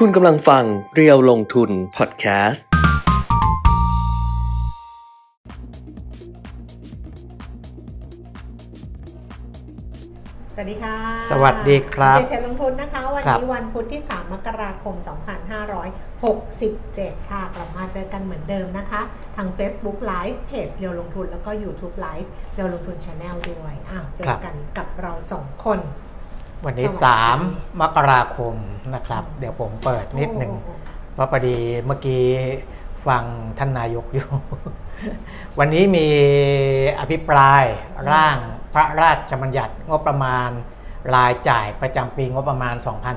คุณกำลังฟังเรียวลงทุนพอดแคสต์สวัสดีค่ะสวัสดีครับเทรดลงทุนนะคะวันนี้วันพุธที่3มกราคม2567ค่ะกลับมาเจอกันเหมือนเดิมนะคะทาง Facebook Live เพจเรียวลงทุนแล้วก็ YouTube Live เรียวลงทุน Channel ด้วยเจอกันกับเรา2คนวันนี้3มกราคมนะครับเดี๋ยวผมเปิดนิดหนึ่งเพราะพอดีเมื่อกี้ฟังท่านนายกอยู่ วันนี้มีอภิปรายร่างพระราชบัญญัติงบประมาณรายจ่ายประจำปีงบประมาณ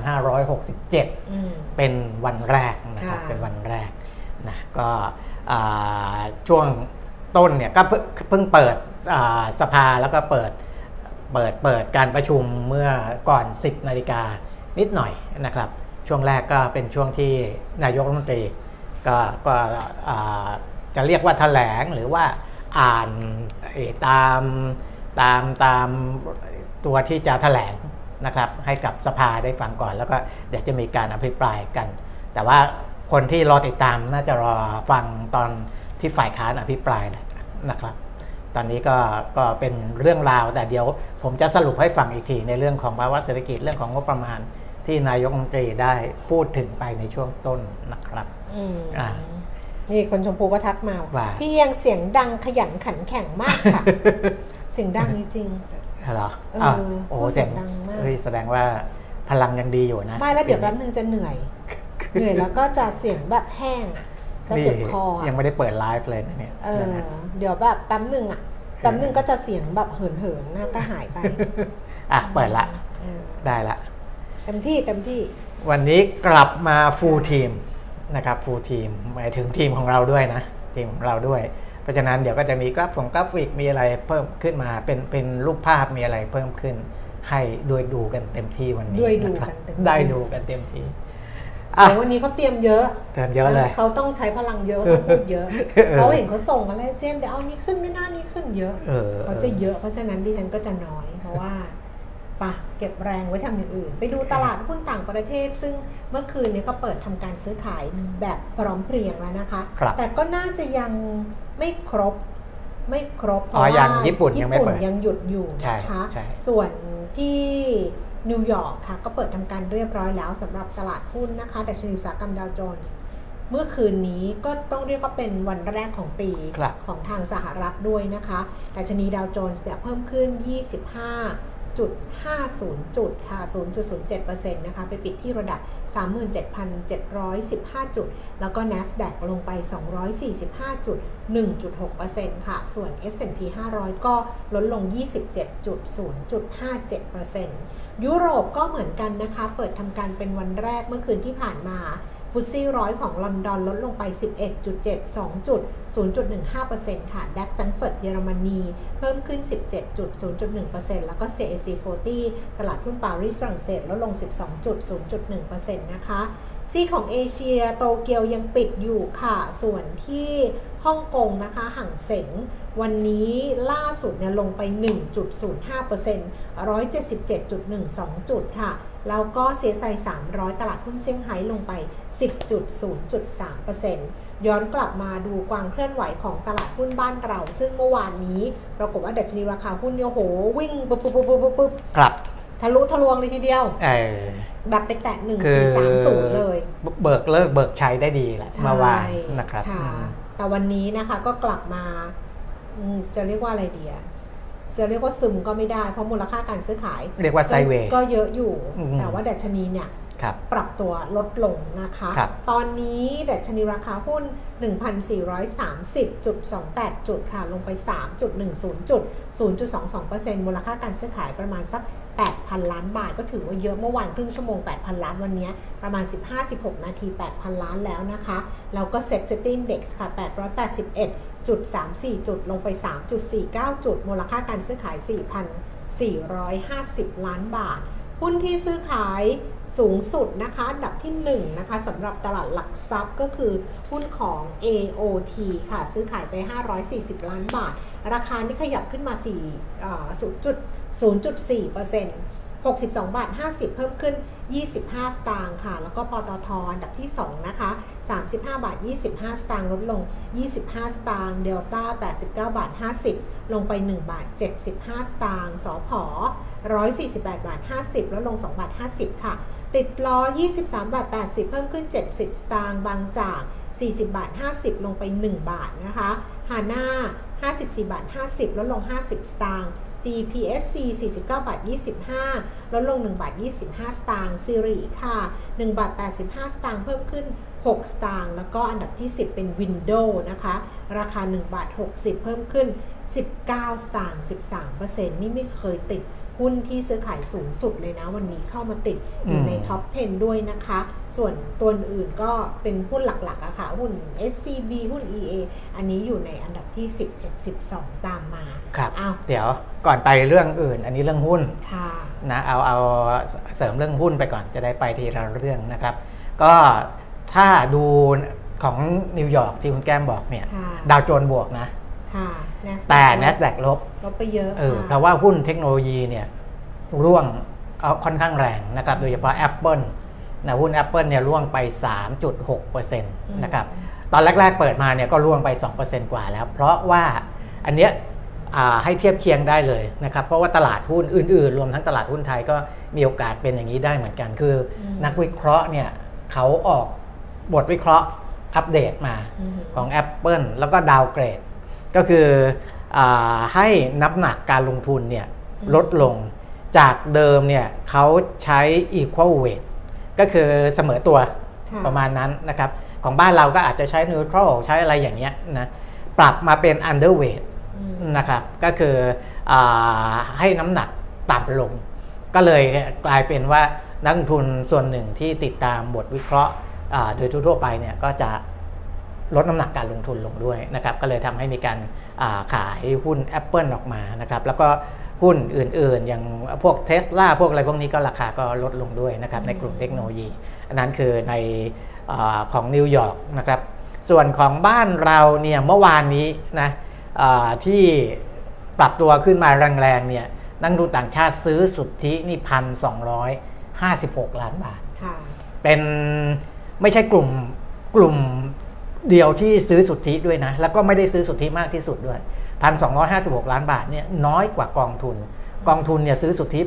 2567 เป็นวันแรกนะครับเป็นวันแรกนะก็ช่วงต้นเนี่ยก็เพิ่งเปิดสภาแล้วก็เปิดการประชุมเมื่อก่อน 10 นาฬิกานิดหน่อยนะครับช่วงแรกก็เป็นช่วงที่นายกรัฐมนตรีก็จะเรียกว่าแถลงหรือว่าอ่านตามตัวที่จะแถลงนะครับให้กับสภาได้ฟังก่อนแล้วก็เดี๋ยวจะมีการอภิปรายกันแต่ว่าคนที่รอติดตามน่าจะรอฟังตอนที่ฝ่ายค้านอภิปรายนะครับตอนนี้ก็เป็นเรื่องราวแต่เดี๋ยวผมจะสรุปให้ฟังอีกทีในเรื่องของภาวะเศรษฐกิจเรื่องของงบประมาณที่นายกรัฐมนตรีได้พูดถึงไปในช่วงต้นนะครับนี่คนชมพูก็ทักมาพี่ยังเสียงดังขยันขันแข็งมากค่ะ เสียงดังจริงๆเหรอโอ้เสียงดังมากแสดงว่าพลังยังดีอยู่นะไม่แล้วเดี๋ยวแป๊บนึงจะเหนื่อยแล้วก็จะเสียงแบบแห้งจะเจ็บคอยังไม่ได้เปิดไลฟ์เลยนะเนี่ยเดี๋ยวแบบแป๊บนึงก็จะเสียงแบบเหินๆนะก็หายไปเปิดละได้ละเต็มที่วันนี้กลับมาฟูลทีมนะครับฟูลทีมหมายถึงทีมของเราด้วยนะทีมของเราด้วยเพราะฉะนั้นเดี๋ยวก็จะมีกราฟิกมีอะไรเพิ่มขึ้นมาเป็นรูปภาพมีอะไรเพิ่มขึ้นให้ด้วยดูกันเต็มที่วันนี้ได้ดูกันเต็มที่วันนี้เขาเตรียมเยอะเลยเขาต้องใช้พลังเยอะต้องพูดเยอะเขาเห็นเขาส่งอะไรเจมเดี๋ยวเอานี้ขึ้นด้วยหน้านี้ขึ้นเยอะเขาจะเยอะเพราะฉะนั้นดิฉันก็จะน้อยเพราะว่าเก็บแรงไว้ทำอย่างอื่นไปดูตลาดหุ้นต่างประเทศซึ่งเมื่อคืนนี้ก็เปิดทำการซื้อขายแบบพร้อมเพรียงแล้วนะคะแต่ก็น่าจะยังไม่ครบเพราะว่าญี่ปุ่นยังหยุดอยู่นะคะส่วนที่นิวยอร์กค่ะก็เปิดทำการเรียบร้อยแล้วสำหรับตลาดหุ้นนะคะดัชนีอุตสาหกรรมดาวโจนส์เมื่อคืนนี้ก็ต้องเรียกว่าเป็นวันแรกของปีของทางสหรัฐด้วยนะคะดัชนีดาวโจนส์เนี่ยเพิ่มขึ้น25.50 จุดค่ะ 0.07% นะคะไปปิดที่ระดับ 37,715 จุดแล้วก็ NASDAQ ลงไป 245 จุด 1.6% ค่ะส่วน S&P 500 ก็ลดลง 27.0.57% ยุโรปก็เหมือนกันนะคะเปิดทำการเป็นวันแรกเมื่อคืนที่ผ่านมาฟุตซี่100ของลอนดอนลดลงไป 11.72 จุด 0.15% ค่ะดัคแฟรงก์เฟิร์ตเยอรมนีเพิ่มขึ้น 17.0.1% แล้วก็ CAC 40ตลาดหุ้นปารีสฝรั่งเศสลดลง 12.0.1% นะคะซีของเอเชียโตเกียวยังปิดอยู่ค่ะส่วนที่ฮ่องกงนะคะหั่งเส็งวันนี้ล่าสุดเนี่ยลงไป 1.05% 177.12 จุดค่ะแล้วก็ CSI 300ตลาดหุ้นเซี่ยงไฮ้ลงไป 10.0.3% ย้อนกลับมาดูความเคลื่อนไหวของตลาดหุ้นบ้านเราซึ่งเมื่อวานนี้ปรากฏว่าดัชนีราคาหุ้นเนี่ยโหวิ่งปุ๊บครับทะลุทะลวงเลยทีเดียวแบบไปแตะ1430เลยเบิกใช้ได้ดีแหละเมื่อวานนะครับแต่วันนี้นะคะก็กลับมาจะเรียกว่าอะไรดีจะเรียกว่าซึมก็ไม่ได้เพราะมูลค่าการซื้อขายเรียกว่าไซด์เวย์ก็เยอะอยู่แต่ว่าดัชนีเนี่ยปรับตัวลดลงนะคะตอนนี้ดัชนีราคาหุ้น 1,430.28 จุดค่ะลงไป 3.10 จุด 0.22% มูลค่าการซื้อขายประมาณสัก 8,000 ล้านบาทก็ถือว่าเยอะเมื่อวานครึ่งชั่วโมง 8,000 ล้านวันนี้ประมาณ 15-16 นาที 8,000 ล้านแล้วนะคะแล้วก็ Set 50 Index ค่ะ 881.34 จุดลงไป 3.49 จุดมูลค่าการซื้อขาย 4,450 ล้านบาทหุ้นที่ซื้อขายสูงสุดนะคะอันดับที่1นะคะสำหรับตลาดหลักทรัพย์ก็คือหุ้นของ AOT ค่ะซื้อขายไป540ล้านบาทราคานี่ขยับขึ้นมา0.4% 62 บาท 50 เพิ่มขึ้น25 สตางค์ค่ะแล้วก็ปตท.อันดับที่2นะคะ35 บาท 25 สตางค์ลดลง25 สตางค์เดลต้า89 บาท 50ลงไป1 บาท 75 สตางค์สผ148 บาท 50ลดลง2 บาท 50ค่ะติดล้อ23 บาท 80เพิ่มขึ้น70 สตางค์บางจาก40 บาท 50ลงไป1 บาทนะคะฮาน่า54 บาท 50ลดลง50 สตางค์GPSC 49 บาท 25ลดลง1 บาท 25 สตางค์ซิริค่ะ1 บาท 85 สตางค์เพิ่มขึ้น6 สตางค์แล้วก็อันดับที่10เป็น Windows นะคะราคา1 บาท 60เพิ่มขึ้น19 สตางค์ 13% นี่ไม่เคยติดหุ้นที่ซื้อขายสูงสุดเลยนะวันนี้เข้ามาติดอยู่ในท็อป 10 ด้วยนะคะส่วนตัวอื่นก็เป็นหุ้นหลักๆอะค่ะหุ้น SCB หุ้น EA อันนี้อยู่ในอันดับที่11 12ตามมาครับเดี๋ยวก่อนไปเรื่องอื่นอันนี้เรื่องหุ้นนะเอาเสริมเรื่องหุ้นไปก่อนจะได้ไปทีละเรื่องนะครับก็ถ้าดูของนิวยอร์กที่คุณแก้มบอกเนี่ยดาวโจนส์บวกนะแต่ NASDAQ ลบไปเยอะเพราะว่าหุ้นเทคโนโลยีเนี่ยร่วงค่อนข้างแรงนะครับโดยเฉพาะ Apple นะหุ้น Apple เนี่ยร่วงไป 3.6% นะครับตอนแรกๆเปิดมาเนี่ยก็ร่วงไป 2% กว่าแล้วเพราะว่าอันเนี้ยให้เทียบเคียงได้เลยนะครับเพราะว่าตลาดหุ้นอื่นๆรวมทั้งตลาดหุ้นไทยก็มีโอกาสเป็นอย่างนี้ได้เหมือนกันคือนักวิเคราะห์เนี่ยเขาออกบทวิเคราะห์อัปเดตมาของ Apple แล้วก็ดาวเกรดก็คือให้น้ำหนักการลงทุนเนี่ยลดลงจากเดิมเนี่ยเขาใช้ equal weight ก็คือเสมอตัวประมาณนั้นนะครับของบ้านเราก็อาจจะใช้ neutral ใช้อะไรอย่างเงี้ยนะปรับมาเป็น underweight นะครับก็คือให้น้ำหนักต่ำลงก็เลยกลายเป็นว่านักลงทุนส่วนหนึ่งที่ติดตามบทวิเคราะห์โดยทั่วไปเนี่ยก็จะลดน้ำหนักการลงทุนลงด้วยนะครับก็เลยทำให้มีการขายหุ้น Apple ออกมานะครับแล้วก็หุ้นอื่นๆอย่างพวก Tesla พวกอะไรพวกนี้ก็ราคาก็ลดลงด้วยนะครับในกลุ่มเทคโนโลยีอันนั้นคือในของนิวยอร์กนะครับส่วนของบ้านเราเนี่ยเมื่อวานนี้นะที่ปรับตัวขึ้นมาแรงๆเนี่ยนักลงทุนต่างชาติซื้อสุทธินี่ 1,256 ล้านบาทเป็นไม่ใช่กลุ่มเดียวที่ซื้อสุทธิด้วยนะแล้วก็ไม่ได้ซื้อสุทธิมากที่สุดด้วย 1,256 ล้านบาทเนี่ยน้อยกว่ากองทุนเนี่ยซื้อสุทธิ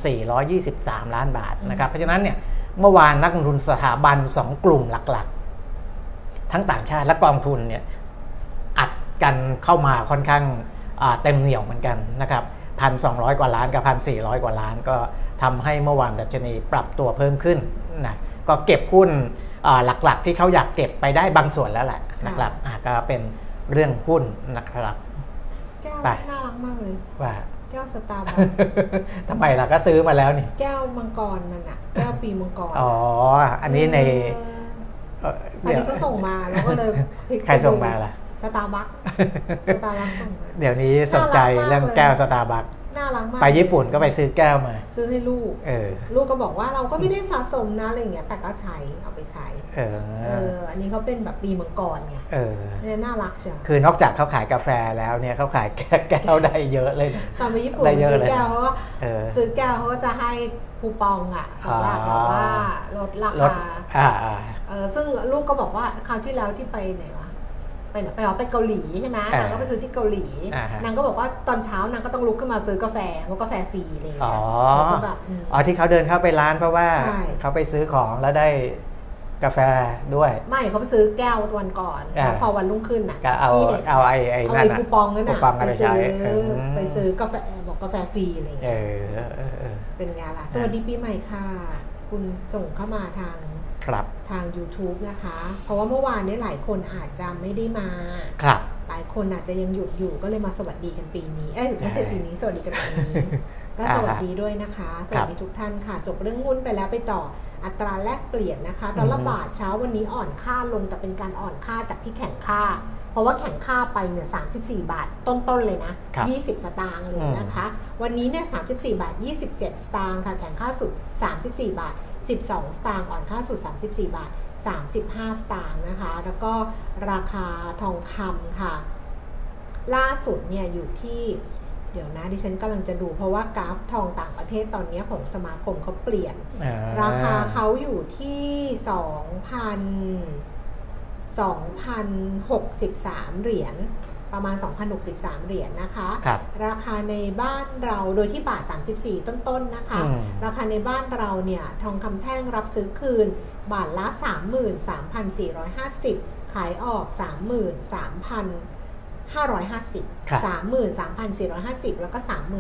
1,423 ล้านบาทนะครับเพราะฉะนั้นเนี่ยเมื่อวานนักลงทุนสถาบัน2กลุ่มหลักๆทั้งต่างชาติและกองทุนเนี่ยอัดกันเข้ามาค่อนข้างเต็มเหนี่ยวเหมือนกันนะครับ 1,200 กว่าล้านกับ 1,400 กว่าล้านก็ทำให้เมื่อวานดัชนีปรับตัวเพิ่มขึ้นนะก็เก็บหุ้นหลักๆที่เขาอยากเก็บไปได้บางส่วนแล้วแหละนะครับก็เป็นเรื่องหุ้นนะครับแก้วน่ารักมากเลยว่าแก้วสตาร์บัคทำไมล่ะก็ซื้อมาแล้วนี่แก้วมังกรนั่นน่ะแก้วปีมังกรอ๋ออันนี้ในอันนี้ก็ส่งมาแล้วก็เลยใครส่งมาล่ะสตาร์บัคส่งมาเดี๋ยวนี้สนใจเรื่องแก้วสตาร์บัคน่ารักมากไปญี่ปุ่นก็ไปซื้อแก้วมาซื้อให้ลูกลูกก็บอกว่าเราก็ไม่ได้สะสมนะอะไรอย่างเงี้ยแต่ก็ใช้เอาไปใช้อันนี้เขาเป็นแบบปีมังกรไงเนี่ยน่ารักจ้ะคือนอกจากเขาขายกาแฟแล้วเนี่ยเขาขายแก้วได้เยอะเลยตอนไปญี่ปุ่นซื้อแก้วเขาก็ซื้อแก้วเขาก็จะให้คูปองอ่ะสำหรับแบบว่าลดราคาซึ่งลูกก็บอกว่าคราวที่แล้วที่ไปไหนวะไปเกาหลีใช่ไหมนางก็ไปซื้อที่เกาหลีนางก็บอกว่าตอนเช้านางก็ต้องลุกขึ้นมาซื้อกาแฟเพราะกาแฟฟรีอะไรอย่างเงี้ยที่เขาเดินเข้าไปร้านเพราะว่าเขาไปซื้อของแล้วได้กาแฟด้วยไม่เขาไปซื้อแก้ววันก่อนพอวันรุ่งขึ้นน่ะก็เอาไอ้นั่นคูปองนั่นน่ะไปซื้อกาแฟบอกกาแฟฟรีอะไรอย่างเงี้ยเป็นไงล่ะสวัสดีปีใหม่ค่ะคุณส่งเข้ามาทาง YouTube นะคะเพราะว่าเมื่อวานนี้หลายคนอาจจะไม่ได้มาหลายคนอาจจะยังหยุดอยู่ก็เลยมาสวัสดีกันปีนี้ไม่ใช่ปีนี้สวัสดีกันปีนี้ก็สวัสดีด้วยนะคะสวัสดีทุกท่านค่ะจบเรื่องหุ้นไปแล้วไปต่ออัตราแลกเปลี่ยนนะคะดอลลาร์บาทเช้าวันนี้อ่อนค่าลงแต่เป็นการอ่อนค่าจากที่แข็งค่าเพราะว่าแข็งค่าไปเนี่ย34 บาทต้นๆเลยนะ20 สตางค์เลยนะคะวันนี้เนี่ย34 บาท 27 สตางค์ค่ะแข็งค่าสุด34 บาท12 สตางค์อ่อนค่าสุด34 บาท 35 สตางค์นะคะแล้วก็ราคาทองคำค่ะล่าสุดเนี่ยอยู่ที่เดี๋ยวนะดิฉันกำลังจะดูเพราะว่ากราฟทองต่างประเทศตอนนี้ของสมาคมเขาเปลี่ยนราคาเขาอยู่ที่2,063 เหรียญประมาณ 2,063 เหรียญนะคะราคาในบ้านเราโดยที่บาท34ต้นๆนะคะราคาในบ้านเราเนี่ยทองคำแท่งรับซื้อคืนบาทละ 33,450 ขายออก 33,550 33,450 แล้วก็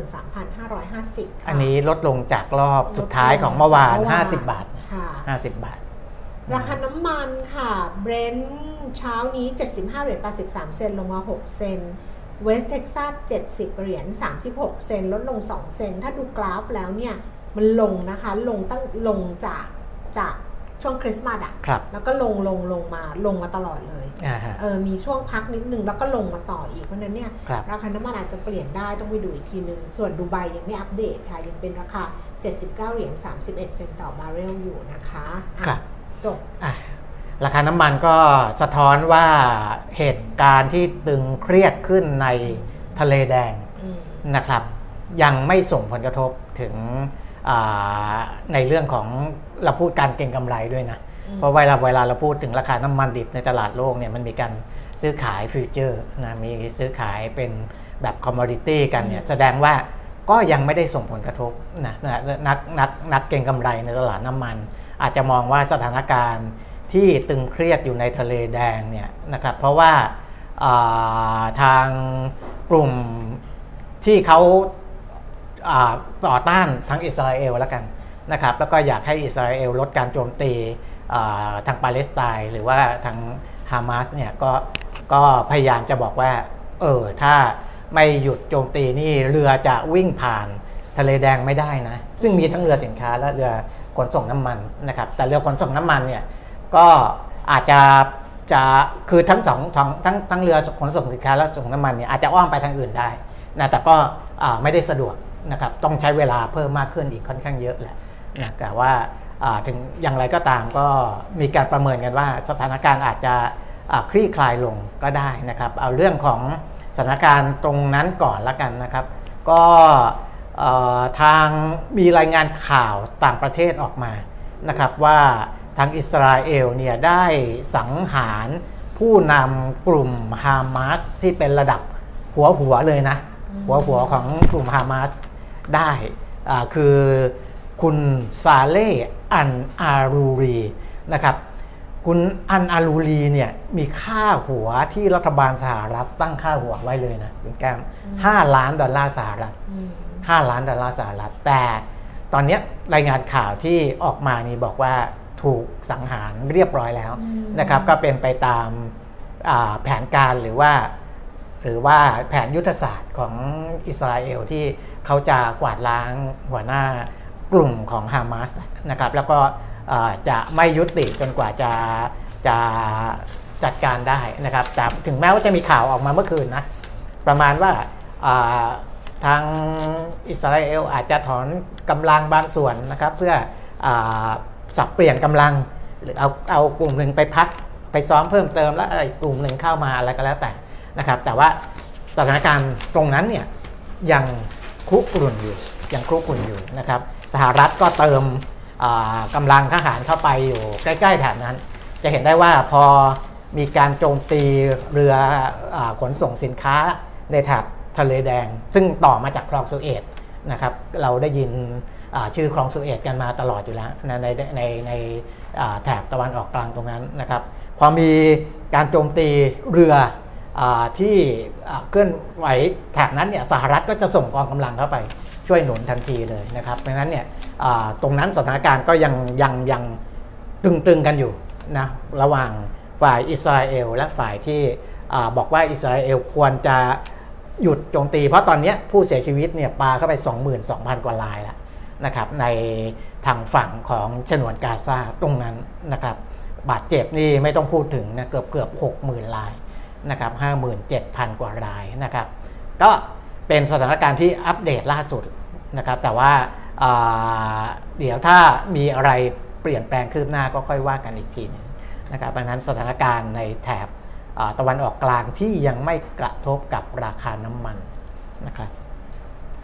33,550 อันนี้ลดลงจากรอบสุดท้ายของเมื่อวาน50 บาท50 บาทราคาน้ำมันค่ะเบรนท์เช้านี้75เหรียญ83 เซนต์ลงมา6 เซนต์เวสต์เท็กซัส70เหรียญ36 เซนต์ลดลง2 เซนต์ถ้าดูกราฟแล้วเนี่ยมันลงนะคะลงจากช่วงคริสต์มาสแล้วก็ลงมาตลอดเลยมีช่วงพักนิดนึงแล้วก็ลงมาต่ออีกเพราะนั้นเนี่ยราคาน้ำมันอาจจะเปลี่ยนได้ต้องไปดูอีกทีนึงส่วนดูไบยังไม่อัปเดตค่ะยังเป็นราคา79เหรียญ31 เซนต์ต่อบาร์เรลอยู่นะคะจบราคาน้ำมันก็สะท้อนว่าเหตุการณ์ที่ตึงเครียดขึ้นในทะเลแดงนะครับยังไม่ส่งผลกระทบถึงในเรื่องของเราพูดการเก็งกำไรด้วยนะเพราะเวลาเราพูดถึงราคาน้ำมันดิบในตลาดโลกเนี่ยมันมีการซื้อขายฟิวเจอร์นะมีซื้อขายเป็นแบบคอมมอดิตี้กันเนี่ยแสดงว่าก็ยังไม่ได้ส่งผลกระทบนะนักเก็งกำไรในตลาดน้ำมันอาจจะมองว่าสถานการณ์ที่ตึงเครียดอยู่ในทะเลแดงเนี่ยนะครับเพราะว่าทางกลุ่มที่เขาต่อต้านทั้งอิสราเอลแล้วกันนะครับแล้วก็อยากให้อิสราเอลลดการโจมตีทางปาเลสไตน์หรือว่าทางฮามาสเนี่ยก็พยายามจะบอกว่าถ้าไม่หยุดโจมตีนี่เรือจะวิ่งผ่านทะเลแดงไม่ได้นะซึ่งมีทั้งเรือสินค้าและเรือขนส่งน้ำมันนะครับแต่เรือขนส่งน้ำมันเนี่ยก็อาจจะคือทั้งเรือขนส่งสินค้าและส่งน้ำมันเนี่ยอาจจะอ้อมไปทางอื่นได้นะแต่ก็ไม่ได้สะดวกนะครับต้องใช้เวลาเพิ่มมากขึ้นอีกค่อนข้างเยอะแหละนะแต่ว่าถึงอย่างไรก็ตามก็มีการประเมินกันว่าสถานการณ์อาจจะคลี่คลายลงก็ได้นะครับเอาเรื่องของสถานการณ์ตรงนั้นก่อนละกันนะครับก็ทางมีรายงานข่าวต่างประเทศออกมานะครับว่าทางอิสราเอลเนี่ยได้สังหารผู้นำกลุ่มฮามาสที่เป็นระดับหัวเลยนะหัวของกลุ่มฮามาสได้คือคุณซาเลอันอารูรีนะครับคุณอันอารูรีเนี่ยมีค่าหัวที่รัฐบาลสหรัฐตั้งค่าหัวไว้เลยนะคุณแก้ม$5 ล้านสหรัฐ$5 ล้านสหรัฐแต่ตอนนี้รายงานข่าวที่ออกมานี่บอกว่าถูกสังหารเรียบร้อยแล้วนะครับก็เป็นไปตามแผนการหรือว่าแผนยุทธศาสตร์ของอิสราเอลที่เขาจะกวาดล้างหัวหน้ากลุ่มของฮามาสนะครับแล้วก็จะไม่ยุติจนกว่าจะจัดการได้นะครับแต่ถึงแม้ว่าจะมีข่าวออกมาเมื่อคืนนะประมาณว่าทางอิสราเอลอาจจะถอนกำลังบางส่วนนะครับเพื่อสับเปลี่ยนกำลังหรือเอากลุ่มหนึ่งไปพักไปซ้อมเพิ่มเติมแล้วกลุ่มหนึ่งเข้ามาอะไรก็แล้วแต่นะครับแต่ว่าสถานการณ์ตรงนั้นเนี่ยยังคุกรุ่นอยู่นะครับสหรัฐก็เติมกำลังทหารเข้าไปอยู่ใกล้ๆแถบนั้นจะเห็นได้ว่าพอมีการโจมตีเรือขนส่งสินค้าในแถบทะเลแดงซึ่งต่อมาจากคลองสุเอตนะครับเราได้ยินชื่อคลองสุเอตกันมาตลอดอยู่แล้วในแถบตะวันออกกลางตรงนั้นนะครับพอมีการโจมตีเรือที่เคลื่อนไหวแถบนั้นเนี่ยสหรัฐก็จะส่งกองกำลังเข้าไปช่วยหนุนทันทีเลยนะครับเพราะฉะนั้นเนี่ยตรงนั้นสถานการณ์ก็ยังตึงกันอยู่นะระหว่างฝ่ายอิสราเอลและฝ่ายที่บอกว่าอิสราเอลควรจะหยุดโจมตีเพราะตอนนี้ผู้เสียชีวิตเนี่ยปาเข้าไป 22,000 กว่ารายแล้วนะครับในทางฝั่งของฉนวนกาซาตรงนั้นนะครับบาดเจ็บนี่ไม่ต้องพูดถึงนะเกือบ 60,000 รายนะครับ 57,000 กว่ารายนะครับก็เป็นสถานการณ์ที่อัปเดตล่าสุดนะครับแต่ว่าเดี๋ยวถ้ามีอะไรเปลี่ยนแปลงคืบหน้าก็ค่อยว่ากันอีกทีนึงนะครับดังนั้นสถานการณ์ในแถบตะวันออกกลางที่ยังไม่กระทบกับราคาน้ำมันนะครับ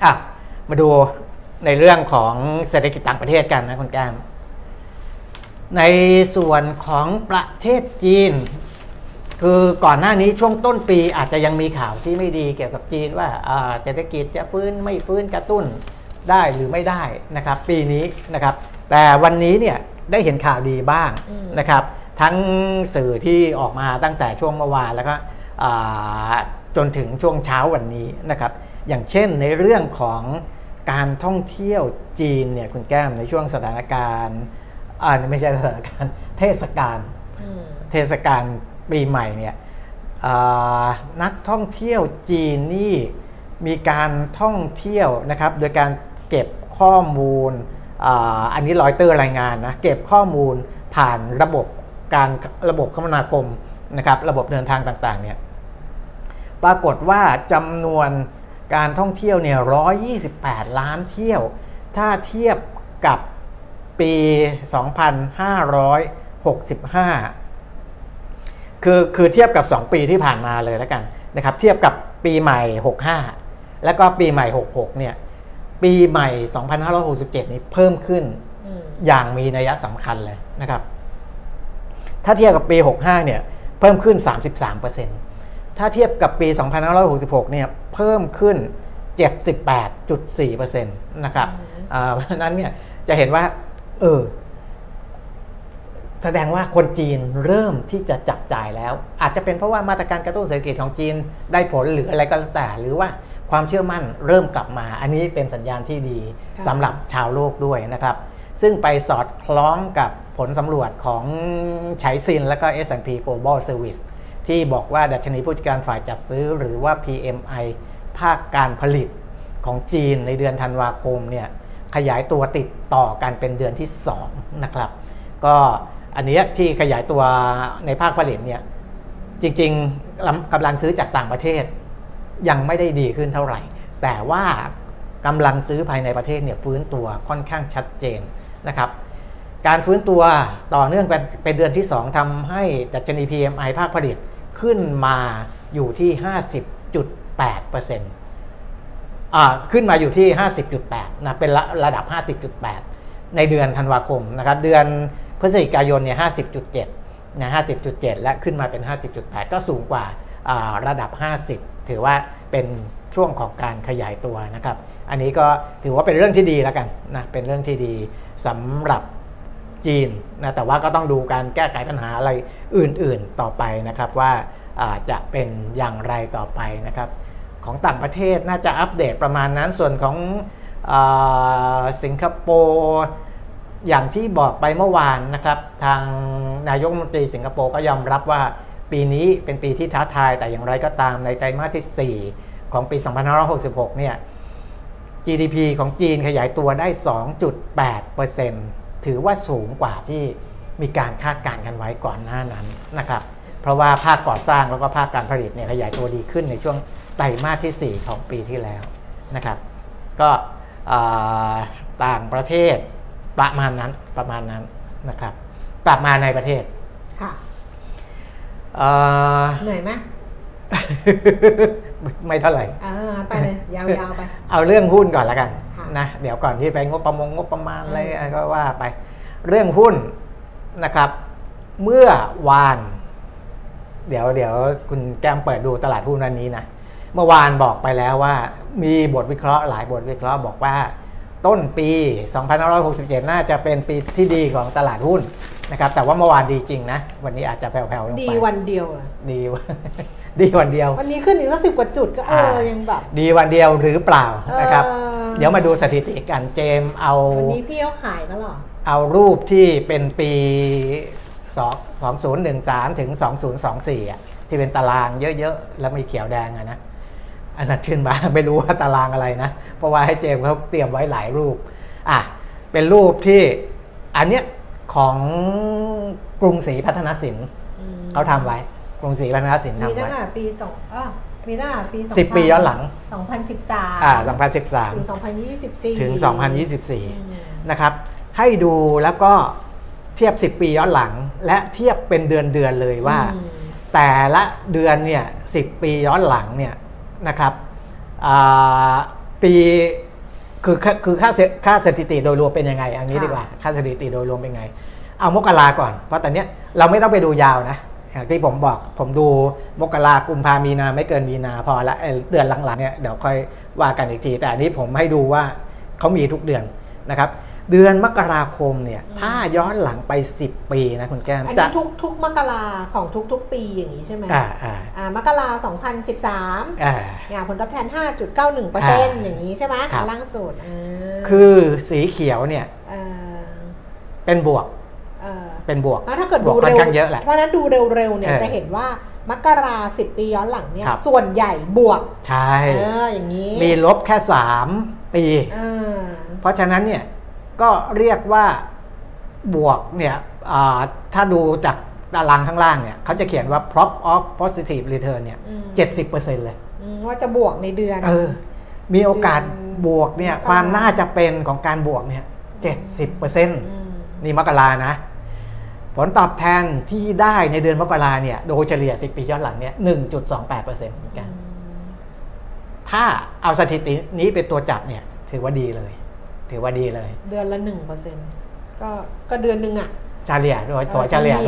มาดูในเรื่องของเศรษฐกิจต่างประเทศกันนะคุณแก้มในส่วนของประเทศจีนคือก่อนหน้านี้ช่วงต้นปีอาจจะยังมีข่าวที่ไม่ดีเกี่ยวกับจีนว่าเศรษฐกิจจะฟื้นไม่ฟื้นกระตุ้นได้หรือไม่ได้นะครับปีนี้นะครับแต่วันนี้เนี่ยได้เห็นข่าวดีบ้างนะครับทั้งสื่อที่ออกมาตั้งแต่ช่วงเมื่อวานแล้วก็จนถึงช่วงเช้าวันนี้นะครับอย่างเช่นในเรื่องของการท่องเที่ยวจีนเนี่ยคุณแก้มในช่วงสถานการณ์ไม่ใช่สถานการณ์เทศกาลปีใหม่เนี่ยนักท่องเที่ยวจีนนี่มีการท่องเที่ยวนะครับโดยการเก็บข้อมูลอันนี้รอยเตอร์รายงานนะเก็บข้อมูลผ่านระบบคมนาคมนะครับระบบเดินทางต่างๆเนี่ยปรากฏว่าจำนวนการท่องเที่ยวเนี่ย128 ล้านเที่ยวถ้าเทียบกับปี 2565 คือเทียบกับ2ปีที่ผ่านมาเลยแล้วกันนะครับเทียบกับปีใหม่65แล้วก็ปีใหม่66เนี่ยปีใหม่2567นี้เพิ่มขึ้นอย่างมีนัยสำคัญเลยนะครับถ้าเทียบกับปี65เนี่ยเพิ่มขึ้น 33%ถ้าเทียบกับปี2566เนี่ยเพิ่มขึ้น 78.4% นะครับเพราะฉะนั้นเนี่ยจะเห็นว่าแสดงว่าคนจีนเริ่มที่จะจับจ่ายแล้วอาจจะเป็นเพราะว่ามาตรการกระตุ้นเศรษฐกิจของจีนได้ผลหรืออะไรก็แล้วแต่หรือว่าความเชื่อมั่นเริ่มกลับมาอันนี้เป็นสัญญาณที่ดีสำหรับชาวโลกด้วยนะครับซึ่งไปสอดคล้องกับผลสำรวจของไฉซินและก็ S&P Global Service ที่บอกว่าดัชนีผู้จัดการฝ่ายจัดซื้อหรือว่า PMI ภาคการผลิตของจีนในเดือนธันวาคมเนี่ยขยายตัวติดต่อกันเป็นเดือนที่2นะครับก็อันนี้ที่ขยายตัวในภาคผลิตเนี่ยจริงๆกำลังซื้อจากต่างประเทศยังไม่ได้ดีขึ้นเท่าไหร่แต่ว่ากำลังซื้อภายในประเทศเนี่ยฟื้นตัวค่อนข้างชัดเจนนะครับการฟื้นตัวต่อเนื่องเป็นเดือนที่2ทำให้ดัชนี PMI ภาคผลิตขึ้นมาอยู่ที่ 50.8%ขึ้นมาอยู่ที่ 50.8 นะเป็นระดับ 50.8 ในเดือนธันวาคมนะครับเดือนพฤศจิกายนเนี่ย 50.7 นะ 50.7 และขึ้นมาเป็น 50.8 ก็สูงกว่าระดับ 50 ถือว่าเป็นช่วงของการขยายตัวนะครับอันนี้ก็ถือว่าเป็นเรื่องที่ดีแล้วกันนะเป็นเรื่องที่ดีสำหรับจีนนะแต่ว่าก็ต้องดูการแก้ไขปัญหาอะไรอื่นๆต่อไปนะครับว่าจะเป็นอย่างไรต่อไปนะครับของต่างประเทศน่าจะอัปเดตประมาณนั้นส่วนของสิงคโปร์อย่างที่บอกไปเมื่อวานนะครับทางนายกรัฐมนตรีสิงคโปร์ก็ยอมรับว่าปีนี้เป็นปีที่ท้าทายแต่อย่างไรก็ตามในไตรมาสที่4ของปี2566เนี่ย GDP ของจีนขยายตัวได้ 2.8% ถือว่าสูงกว่าที่มีการคาดการณ์กันไว้ก่อนหน้านั้นนะครับเพราะว่าภาคก่อสร้างแล้วก็ภาคการผลิตเนี่ยขยายตัวดีขึ้นในช่วงไตรมาสที่4ของปีที่แล้วนะครับก็ต่างประเทศประมาณนั้นนะครับกลับมาในประเทศค่ะเหนื่อยไหมไม่เท่าไหร่ไปเลยยาวๆไปเอาเรื่องหุ้นก่อนแล้วกันนะเดี๋ยวก่อนที่ไปงบประมาณอะไรก็ว่าไปเรื่องหุ้นนะครับเมื่อวานเดี๋ยวคุณแก้มเปิดดูตลาดหุ้นวันนี้นะเมื่อวานบอกไปแล้วว่ามีบทวิเคราะห์หลายบทวิเคราะห์บอกว่าต้นปี2567น่าจะเป็นปีที่ดีของตลาดหุ้นนะครับแต่ว่าเมื่อวานดีจริงนะวันนี้อาจจะแผ่วๆลงไปดีวันเดียวดีวันเดียววันนี้ขึ้นอีกสัก10 กว่าจุดก็ยังแบบดีวันเดียวหรือเปล่านะครับเดี๋ยวมาดูสถิติกันเจมเอาวันนี้พี่เขาขายก็หรอเอารูปที่เป็นปี2013ถึง2024อ่ะที่เป็นตารางเยอะๆแล้วมีเขียวแดงอ่ะนะอันนั้นขึ้นมาไม่รู้ว่าตารางอะไรนะเพราะว่าให้เจมเขาเตรียมไว้หลายรูปเป็นรูปที่อันเนี้ยของกรุงศรีพัฒนสินเขาทำไว้กรุงศรีพัฒนสินทำไว้มีตั้งแต่ปีมีตั้งแต่ปี 10 ปีย้อนหลัง 2013ถึง 2024นะครับให้ดูแล้วก็เทียบ10 ปีย้อนหลังและเทียบเป็นเดือนเลยว่าแต่ละเดือนเนี่ย10 ปีย้อนหลังเนี่ยนะครับปีคือค่าสถิติโดยรวมเป็นยังไงอันนี้ดีกว่าค่าสถิติโดยรวมเป็นไงเอามกราก่อนเพราะตอนเนี้ยเราไม่ต้องไปดูยาวนะอย่างที่ผมบอกผมดูมกรากุมภามีนาไม่เกินมีนาพอละเดือนหลังๆเนี่ยเดี๋ยวค่อยว่ากันอีกทีแต่อันนี้ผมให้ดูว่าเขามีทุกเดือนนะครับเดือนมกราคมเนี่ยถ้าย้อนหลังไป10 ปีนะคุณแก้มอันนี้ทุกมกราของทุกปีอย่างนี้ใช่ไหมมกรา2013เนี่ยผลตอบแทน 5.91% อย่างนี้ใช่ไหมล่างสุดคือสีเขียวเนี่ยเป็นบวกเป็นบวกแล้วถ้าเกิดดูเร็วเพราะนั้นดูเร็วๆเนี่ยจะเห็นว่ามกรา10 ปีย้อนหลังเนี่ยส่วนใหญ่บวกใช่อย่างนี้มีลบแค่3 ปีเพราะฉะนั้นเนี่ยก็เรียกว่าบวกเนี่ยถ้าดูจากตารางข้างล่างเนี่ยเขาจะเขียนว่า prop of positive return เนี่ย 70% เลยว่าจะบวกในเดือนมีโอกาสบวกเนี่ยความน่าจะเป็นของการบวกเนี่ย 70% นี่มกรานะผลตอบแทนที่ได้ในเดือนมกราเนี่ยโดยเฉลี่ย10 ปีย้อนหลังเนี่ย 1.28% เหมือนกันถ้าเอาสถิตินี้เป็นตัวจับเนี่ยถือว่าดีเลยเดือนละ 1% ก็เดือนนึงอ่ะเฉลี่ยโดยตัวเฉลี่ย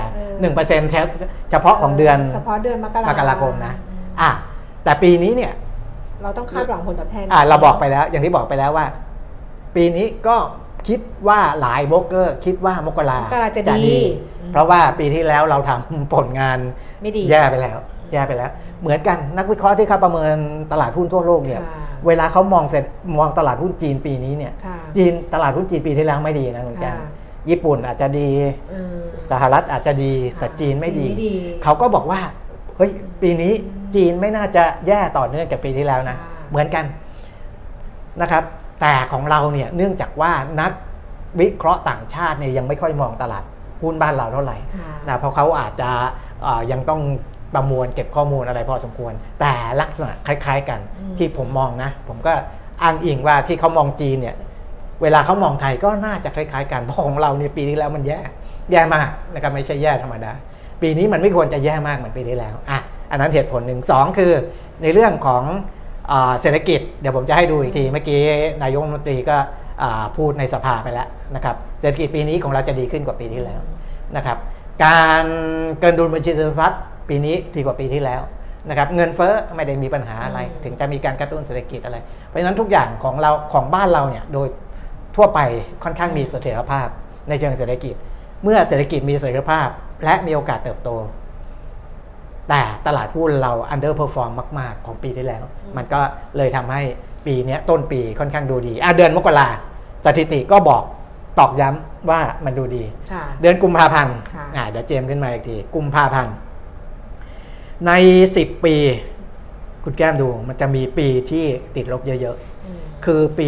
1% เฉพาะของเดือนมกราคมนะแต่ปีนี้เนี่ยเราต้องคาดหวังผลตอบแทนเราบอกไปแล้วอย่างที่บอกไปแล้วว่าปีนี้ก็คิดว่าหลายโบรกเกอร์คิดว่ามกราจะดีเพราะว่าปีที่แล้วเราทำผลงานแย่ไปแล้วเหมือนกันนักวิเคราะห์ที่เขาประเมินตลาดหุ้นทั่วโลกเนี่ยเวลาเขามองตลาดหุ้นจีนปีนี้เนี่ยตลาดหุ้นจีนปีที่แล้วไม่ดีนะเหมือนกันญี่ปุ่นอาจจะดีสหรัฐอาจจะดีแต่จีนไม่ดีเขาก็บอกว่าเฮ้ยปีนี้จีนไม่น่าจะแย่ต่อเนื่องจากปีที่แล้วนะเหมือนกันนะครับแต่ของเราเนี่ยเนื่องจากว่านักวิเคราะห์ต่างชาติเนี่ยยังไม่ค่อยมองตลาดหุ้นบ้านเราเท่าไหร่นะเพราะเขาอาจจะยังต้องประมวลเก็บข้อมูลอะไรพอสมควรแต่ลักษณะคล้ายๆกันที่ผมมองนะผมก็อ้างอิงว่าที่เขามองจีนเนี่ยเวลาเขามองไทยก็น่าจะคล้ายๆกันเพราะของเราเนี่ยปีที่แล้วมันแย่มากนะครับไม่ใช่แย่ธรรมดาปีนี้มันไม่ควรจะแย่มากเหมือนปีที่แล้วอันนั้นเหตุผลหนึ่ง2คือในเรื่องของเศรษฐกิจเดี๋ยวผมจะให้ดูอีกทีเมื่อกี้นายกรัฐมนตรีก็พูดในสภาไปแล้วนะครับเศรษฐกิจปีนี้ของเราจะดีขึ้นกว่าปีที่แล้วนะครับการเกินดุลบัญชีทรัพย์ปีนี้ดีกว่าปีที่แล้วนะครับเงินเฟ้อไม่ได้มีปัญหาอะไรถึงจะมีการกระตุ้นเศรษฐกิจอะไรเพราะฉะนั้นทุกอย่างของบ้านเราเนี่ยโดยทั่วไปค่อนข้างมีเสถียรภาพในเชิงเศรษฐกิจเมื่อเศรษฐกิจมีเสถียรภาพและมีโอกาสเติบโตแต่ตลาดหุ้นเรา underperform มากๆของปีที่แล้วมันก็เลยทำให้ปีนี้ต้นปีค่อนข้างดูดีเดือนมกราสถิติก็บอกตอกย้ำว่ามันดูดีเดือนกุมภาพันธ์เดี๋ยวเจมขึ้นมาอีกทีกุมภาพันธ์ใน10 ปีคุณแก้มดูมันจะมีปีที่ติดลบเยอะๆคือปี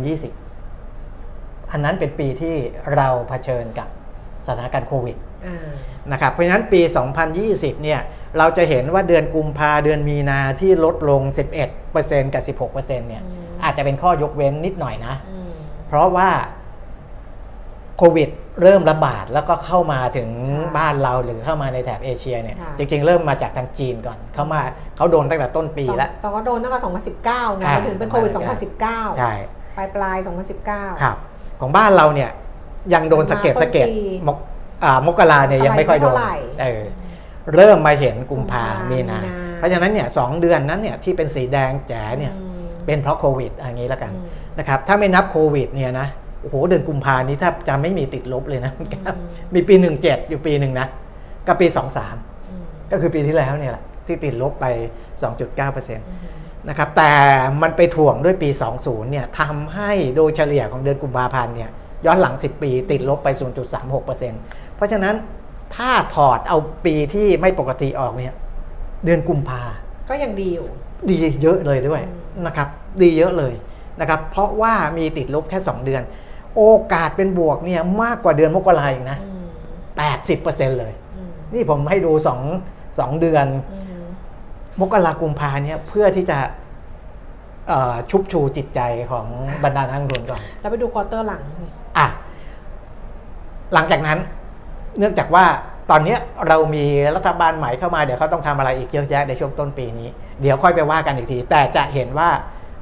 2020อันนั้นเป็นปีที่เราเผชิญกับสถานการณ์โควิดนะครับเพราะฉะนั้นปี2020เนี่ยเราจะเห็นว่าเดือนกุมภาเดือนมีนาที่ลดลง 11% กับ 16% เนี่ยอาจจะเป็นข้อยกเว้นนิดหน่อยนะเพราะว่าโควิดเริ่มระบาดแล้วก็เข้ามาถึงบ้านเราหรือเข้ามาในแถบเอเชียเนี่ยจริงๆเริ่มมาจากทางจีนก่อนเขาโดนตั้งแต่ต้นปีแล้วเขาโดนตั้งแต่2019ไงถึงเป็นโควิด2019 ใช่ปลาย2019 ครับของบ้านเราเนี่ยยังโดนสะเก็ดมกราเนี่ยยังไม่ค่อยโดนเริ่มมาเห็นกุมภามีนาเพราะฉะนั้นเนี่ย2 เดือนนั้นเนี่ยที่เป็นสีแดงแจ๋เนี่ยเป็นเพราะโควิดอย่างนี้แล้วกันนะครับถ้าไม่นับโควิดเนี่ยนะโอ้โหเดือนกุมภานี้ถ้าจะไม่มีติดลบเลยนะมีปี17อยู่ปีหนึ่งนะกับปี23ก็คือปีที่แล้วเนี่ยแหละที่ติดลบไป 2.9% นะครับแต่มันไปถ่วงด้วยปี20เนี่ยทำให้โดยเฉลี่ยของเดือนกุมภาพันธ์เนี่ยย้อนหลัง10 ปีติดลบไป 0.36% เพราะฉะนั้นถ้าถอดเอาปีที่ไม่ปกติออกเนี่ยเดือนกุมภาก็ยังดีอยู่ดีเยอะเลยด้วยนะครับดีเยอะเลยนะครับเพราะว่ามีติดลบแค่2 เดือนโอกาสเป็นบวกเนี่ยมากกว่าเดือนมกราอีกนะ 80% เลยนี่ผมให้ดู2 เดือนมกรากุมภาเนี่ยเพื่อที่จะชุบชูจิตใจของบรรดานักลงทุนก่อนแล้วไปดูควอเตอร์หลังสิหลังจากนั้นเนื่องจากว่าตอนนี้เรามีรัฐบาลใหม่เข้ามาเดี๋ยวเขาต้องทำอะไรอีกเยอะแยะในช่วงต้นปีนี้เดี๋ยวค่อยไปว่ากันอีกทีแต่จะเห็นว่า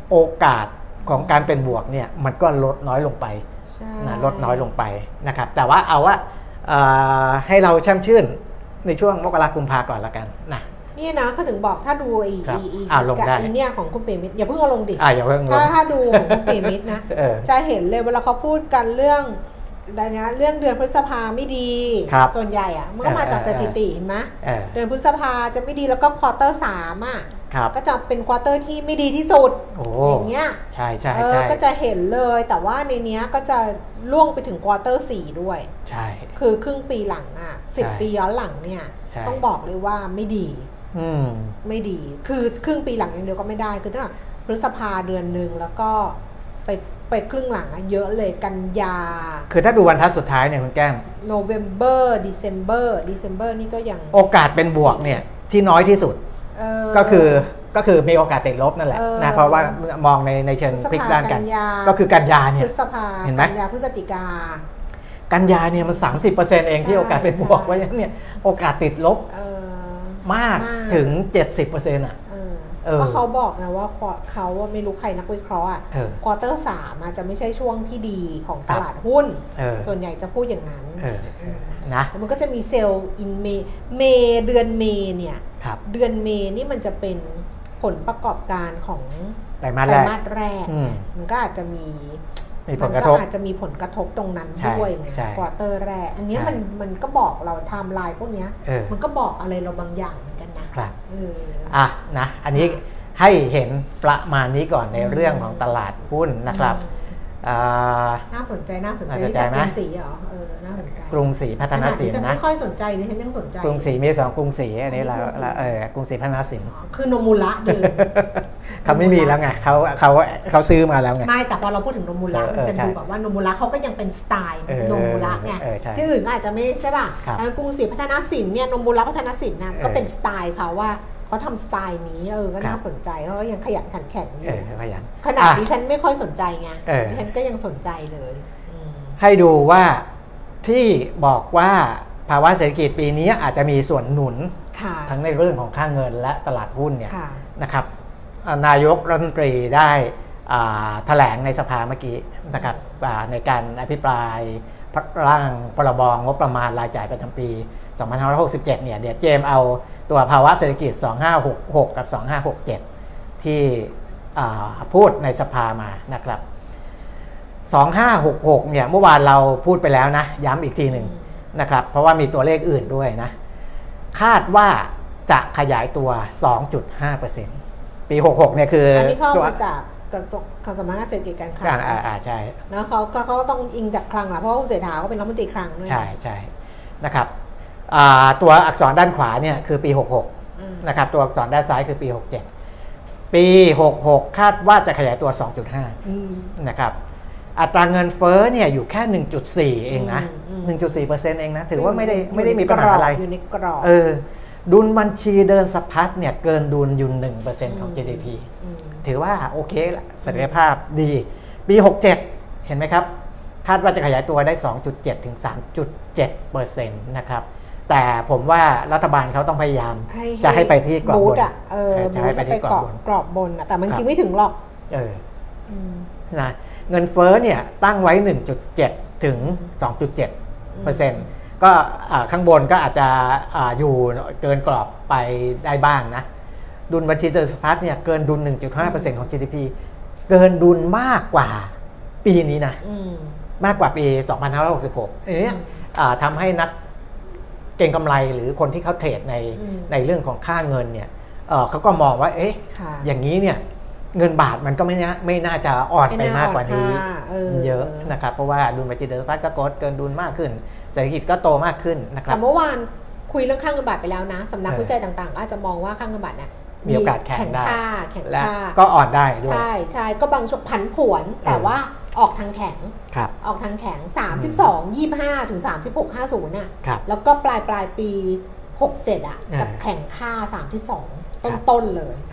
โอกาสของการเป็นบวกเนี่ยมันก็ลดน้อยลงไปนะลดน้อยลงไปนะครับแต่ว่าเอาว่าให้เราแช่มชื่นในช่วงมกราคมกุมภาก่อนละกันนะนี่นะเขาถึงบอกถ้าดูลงได้เนี่ยของคุณเปรมิตรอย่าเพิ่งเอาลงดิอย่าเพิ่งลงถ้าดูของคุณเปรมิตรนะ จะเห็นเลยเวลาเขาพูดกันเรื่องเรื่องเดือนพฤษภาไม่ดีส่วนใหญ่อะมันก็มาจากสถิติเห็นไหมเดือนพฤษภาจะไม่ดีแล้วก็ควอเตอร์3อะก็จะเป็นควอเตอร์ที่ไม่ดีที่สุดอย่างเงี้ยใช่ใช่ก็จะเห็นเลยแต่ว่าในเนี้ยก็จะล่วงไปถึงควอเตอร์4ด้วยใช่คือครึ่งปีหลังอะ10 ปีย้อนหลังเนี่ยต้องบอกเลยว่าไม่ดีไม่ดีคือครึ่งปีหลังอย่างเดียวก็ไม่ได้คือตั้งแต่พฤษภาเดือนนึงแล้วก็ไปครึ่งหลังเยอะเลยกันยาคือถ้าดูวันทัดสุดท้ายเนี่ยคุณแก้ม November December นี่ก็ยังโอกาสเป็นบวกเนี่ยที่น้อยที่สุดก็คือมีโอกาสติดลบนั่นแหละนะเพราะว่ามองในเชิงพลิกด้านกันก็คือกันยาเนี่ยพฤษภาเห็นไหมกันยาพฤศจิกากันยาเนี่ยมัน 30% เองที่โอกาสเป็นบวกไว้เนี่ยโอกาสติดลบมากถึง 70% อ่ะก็เขาบอกไงว่าเขาไม่รู้ใครนักวิเคราะห์ควอเตอร์3จะไม่ใช่ช่วงที่ดีของตลาดหุ้นส่วนใหญ่จะพูดอย่างนั้นนะมันก็จะมีเซลล์อินเมเดือนเมเนี่ยเดือนเมนี่มันจะเป็นผลประกอบการของไตรมาสแรกมันก็อาจจะมีผลกระทบอาจจะมีผลกระทบตรงนั้นด้วยไงควอเตอร์แรกอันนี้มันก็บอกเราไทม์ไลน์พวกนี้มันก็บอกอะไรเราบางอย่างเหมือนกันนะครับนะอันนี้ให้เห็นประมาณนี้ก่อนในเรื่องของตลาดหุ้นนะครับน่าสนใจนี่จากกรุงศรีเหรอน่าสนใจกรุงศรีพัฒนสินนะไม่ค่อยสนใจดิฉันยังสนใจกรุงศรีมี2กรุงศรีอันนี้เรากรุงศรีพัฒนสินคือโนมูระดื่มเขาไม่มีแล้วไงเขาซื้อมาแล้วไงไม่แต่พอเราพูดถึงโนมูระมันจะดูแบบว่าโนมูระเขาก็ยังเป็นสไตล์โนมูระไงที่อื่นอาจจะไม่ใช่ป่ะกรุงศรีพัฒนสินเนี่ยโนมูระพัฒนสินนะก็เป็นสไตล์เขาว่าเขาทำสไตล์นี้ก็น่าสนใจเขาก็ยังขยันขันแข็งอยู่ขนาดที่ฉันไม่ค่อยสนใจไงดิฉันก็ยังสนใจเลยให้ดูว่าที่บอกว่าภาวะเศรษฐกิจปีนี้อาจจะมีส่วนหนุนทั้งในเรื่องของค่าเงินและตลาดหุ้นเนี่ยนะครับนายกรัฐมนตรีได้แถลงในสภาเมื่อกี้นะครับในการอภิปรายร่างพรบงบประมาณรายจ่ายประจำปี2567เนี่ยเดี๋ยวเจมเอาตัวภาวะเศรษฐกิจ2566กับ2567ที่พูดในสภามานะครับ2566เนี่ยเมื่อวานเราพูดไปแล้วนะย้ำอีกทีหนึ่งนะครับเพราะว่ามีตัวเลขอื่นด้วยนะคาดว่าจะขยายตัว 2.5% ปี66เนี่ยคืออันนี้เข้ามาจากสำนักงานเศรษฐกิจการคลังใช่แล้วเขาต้องอิงจากคลังแหละเพราะว่าคุณเศรษฐาก็เป็นรัฐมนตรีคลังด้วยใช่นะครับตัวอักษรด้านขวาเนี่ยคือปี66นะครับตัวอักษรด้านซ้ายคือปี67ปี66คาดว่าจะขยายตัว 2.5 นะครับอัตราเงินเฟ้อเนี่ยอยู่แค่ 1.4 เองนะ 1.4% เองนะถือว่าไม่ได้มีปัญหาอะไรอยู่ในกรอบดุลบัญชีเดินสะพัดเนี่ยเกินดุลอยู่ 1% ของ GDP ถือว่าโอเคละศักยภาพดีปี67เห็นไหมครับคาดว่าจะขยายตัวได้ 2.7 ถึง 3.7% นะครับแต่ผมว่ารัฐบาาลเขาต้องพยายามจะให้ไปที่กรอบบนจะให้ไปที่กรอบบนแต่มันจริงไม่ถึงหรอกนะเงินเฟ้อเนี่ยตั้งไว้ 1.7 ถึง 2.7% ก็ข้างบนก็อาจจะอยู่เกินกรอบไปได้บ้างนะดุลบัญชีเดินสะพัดเนี่ยเกินดุล 1.5% ของ GDP เกินดุลมากกว่าปีนี้นะมากกว่าปี 2566นี่ทำให้นักเก็งกำไรหรือคนที่เขาเทรดในเรื่องของค่าเงินเนี่ยเขาก็มองว่าอย่างนี้เนี่ยเงินบาทมันก็ไม่น่าจะอ่อนไปมากกว่านี้เยอะนะครับเพราะว่าดุลบัญชีเดินสะพัดก็เกินดุลมากขึ้นเศรษฐกิจก็โตมากขึ้นนะครับแต่เมื่อวานคุยเรื่องค่าเงินบาทไปแล้วนะสำนักวิจัยต่างๆอาจจะมองว่าค่าเงินบาทเนี่ยมีโอกาสแข็งได้และก็อ่อนได้ด้วยใช่ก็บางช่วงผันผวนแต่ว่าออกทางแข็งออกทางแข็ง32 25ถึง36 50น่ะแล้วก็ปลายปี67จะแข็งค่า32ต้นๆเลย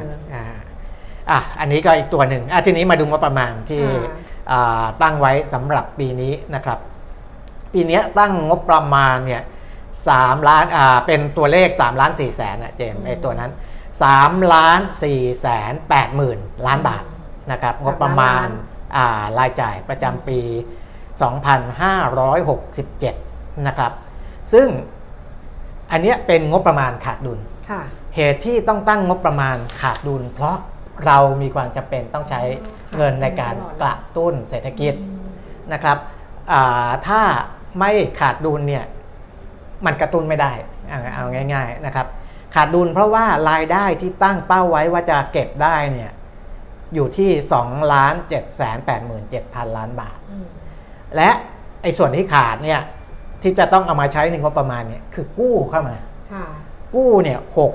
อันนี้ก็อีกตัวหนึ่งทีนี้มาดูงบประมาณที่ตั้งไว้สำหรับปีนี้นะครับปีนี้ตั้งงบประมาณเนี่ย3ล้านเป็นตัวเลข3ล้าน4แสนเจมไอ้ตัวนั้น3ล้าน4แสน80,000 ล้านบาทนะครับงบประมาณรายจ่ายประจำปี 2567 นะครับซึ่งอันนี้เป็นงบประมาณขาดดุลเหตุที่ต้องตั้งงบประมาณขาดดุลเพราะเรามีความจำเป็นต้องใช้เงินในการกระตุ้นเศรษฐกิจนะครับถ้าไม่ขาดดุลเนี่ยมันกระตุ้นไม่ได้เอาง่ายๆนะครับขาดดุลเพราะว่ารายได้ที่ตั้งเป้าไว้ว่าจะเก็บได้เนี่ยอยู่ที่ 2,787,000 ล้านบาทและไอ้ส่วนที่ขาดเนี่ยที่จะต้องเอามาใช้ในงบประมาณเนี่ยคือกู้เข้ามากู้เนี่ย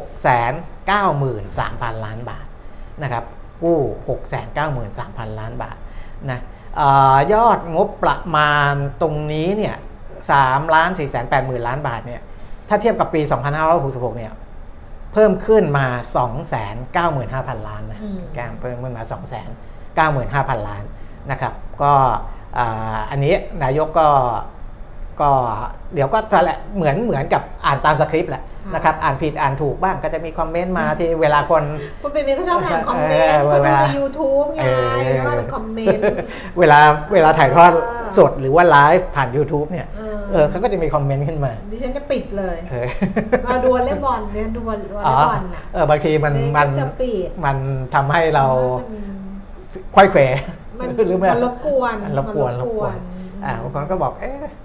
693,000 ล้านบาทนะครับกู้ 693,000 ล้านบาทนะยอดงบประมาณตรงนี้เนี่ย 3,480,000 ล้านบาทเนี่ยถ้าเทียบกับปี 2566 เนี่ยเพิ่มขึ้นมา 295,000 ล้านนะแกมเพิ่มขึ้นมา 295,000 ล้านนะครับก็อันนี้นายกก็เดี๋ยวก็เหมือนกับอ่านตามสคริปต์แหละนะครับอ่านผิดอ่านถูกบ้างก็จะมีคอมเมนต์มาที่เวลาคนเป็นก็ชอบอ่านคอมเมนต์คนดูใน YouTube ไงก็เป็นคอมเมนต์เวลาถ่ายทอดสดหรือว่าไลฟ์ผ่าน YouTube เนี่ยเขาก็จะมีคอมเมนต์ขึ้นมาดิฉันจะปิดเลยเราดูวอลเลย์บอลเนี่ยดูวอลเลย์บอลน่ะบางทีมันทำให้เราค่อยเขวหรือมันรบกวนบางคนก็บอก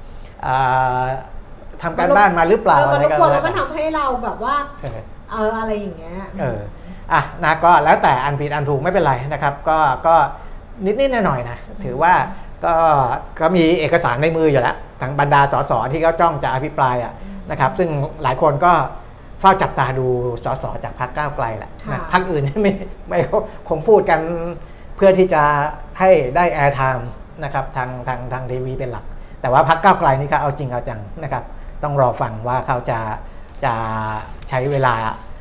ทำการบ้านมาหรือเปล่ามันรบกวนแล้วมันทำให้เราแบบว่าอะไรอย่างเงี้ยนะก็แล้วแต่อันผิดอันถูกไม่เป็นไรนะครับก็นิดๆหน่อยๆนะถือว่าก็มีเอกสารในมืออยู่แล้วทั้งบรรดาสสที่เขาจ้องจะอภิปรายนะครับซึ่งหลายคนก็เฝ้าจับตาดูสสจากพรรคก้าวไกลแหละพรรคอื่นไม่คงพูดกันเพื่อที่จะให้ได้แอร์ไทม์นะครับทางทีวีเป็นหลักแต่ว่าพรรคก้าวไกลนี่เขาเอาจริงเอาจังนะครับต้องรอฟังว่าเขาจะใช้เวลา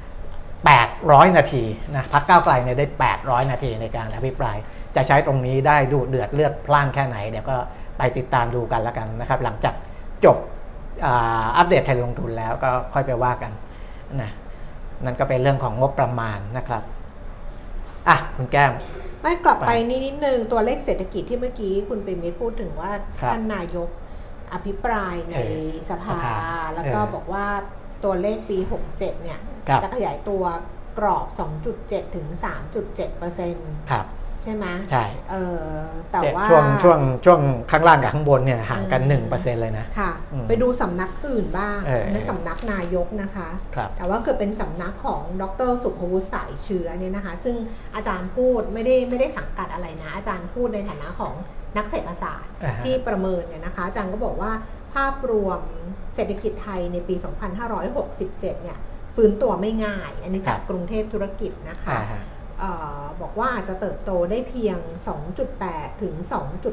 800 นาทีนะพรรคก้าวไกลเนี่ยได้800 นาทีในการอภิปรายจะใช้ตรงนี้ได้ดุเดือดเลือดพล่านแค่ไหนเดี๋ยวก็ไปติดตามดูกันแล้วกันนะครับหลังจากจบอัปเดตไทยลงทุนแล้วก็ค่อยไปว่ากันนะนั่นก็เป็นเรื่องของงบประมาณนะครับคุณแก้มไม่กลับไปนิดนึงตัวเลขเศรษฐกิจที่เมื่อกี้คุณปิ่มมิตรพูดถึงว่าท่านนายกอภิปรายในสภาแล้วก็บอกว่าตัวเลขปี67เนี่ยจะขยายตัวกรอบ 2.7 ถึง 3.7% ครับใช่ไหมใช่แต่ว่าช่วงข้างล่างกับข้างบนเนี่ยห่างกัน 1% เลยนะค่ะไปดูสำนักอื่นบ้างนั่นสำนักนายกนะคะแต่ว่าเกิดเป็นสำนักของดร.สุภวุฒิสายเชื้อเนี่ยนะคะซึ่งอาจารย์พูดไม่ได้สังกัดอะไรนะอาจารย์พูดในฐานะของนักเศรษฐศาสตร์ที่ประเมินเนี่ยนะคะอาจารย์ก็บอกว่าภาพรวมเศรษฐกิจไทยในปี 2567 เนี่ยฟื้นตัวไม่ง่ายอันนี้จากกรุงเทพธุรกิจนะคะบอกว่าอาจจะเติบโตได้เพียง 2.8 ถึง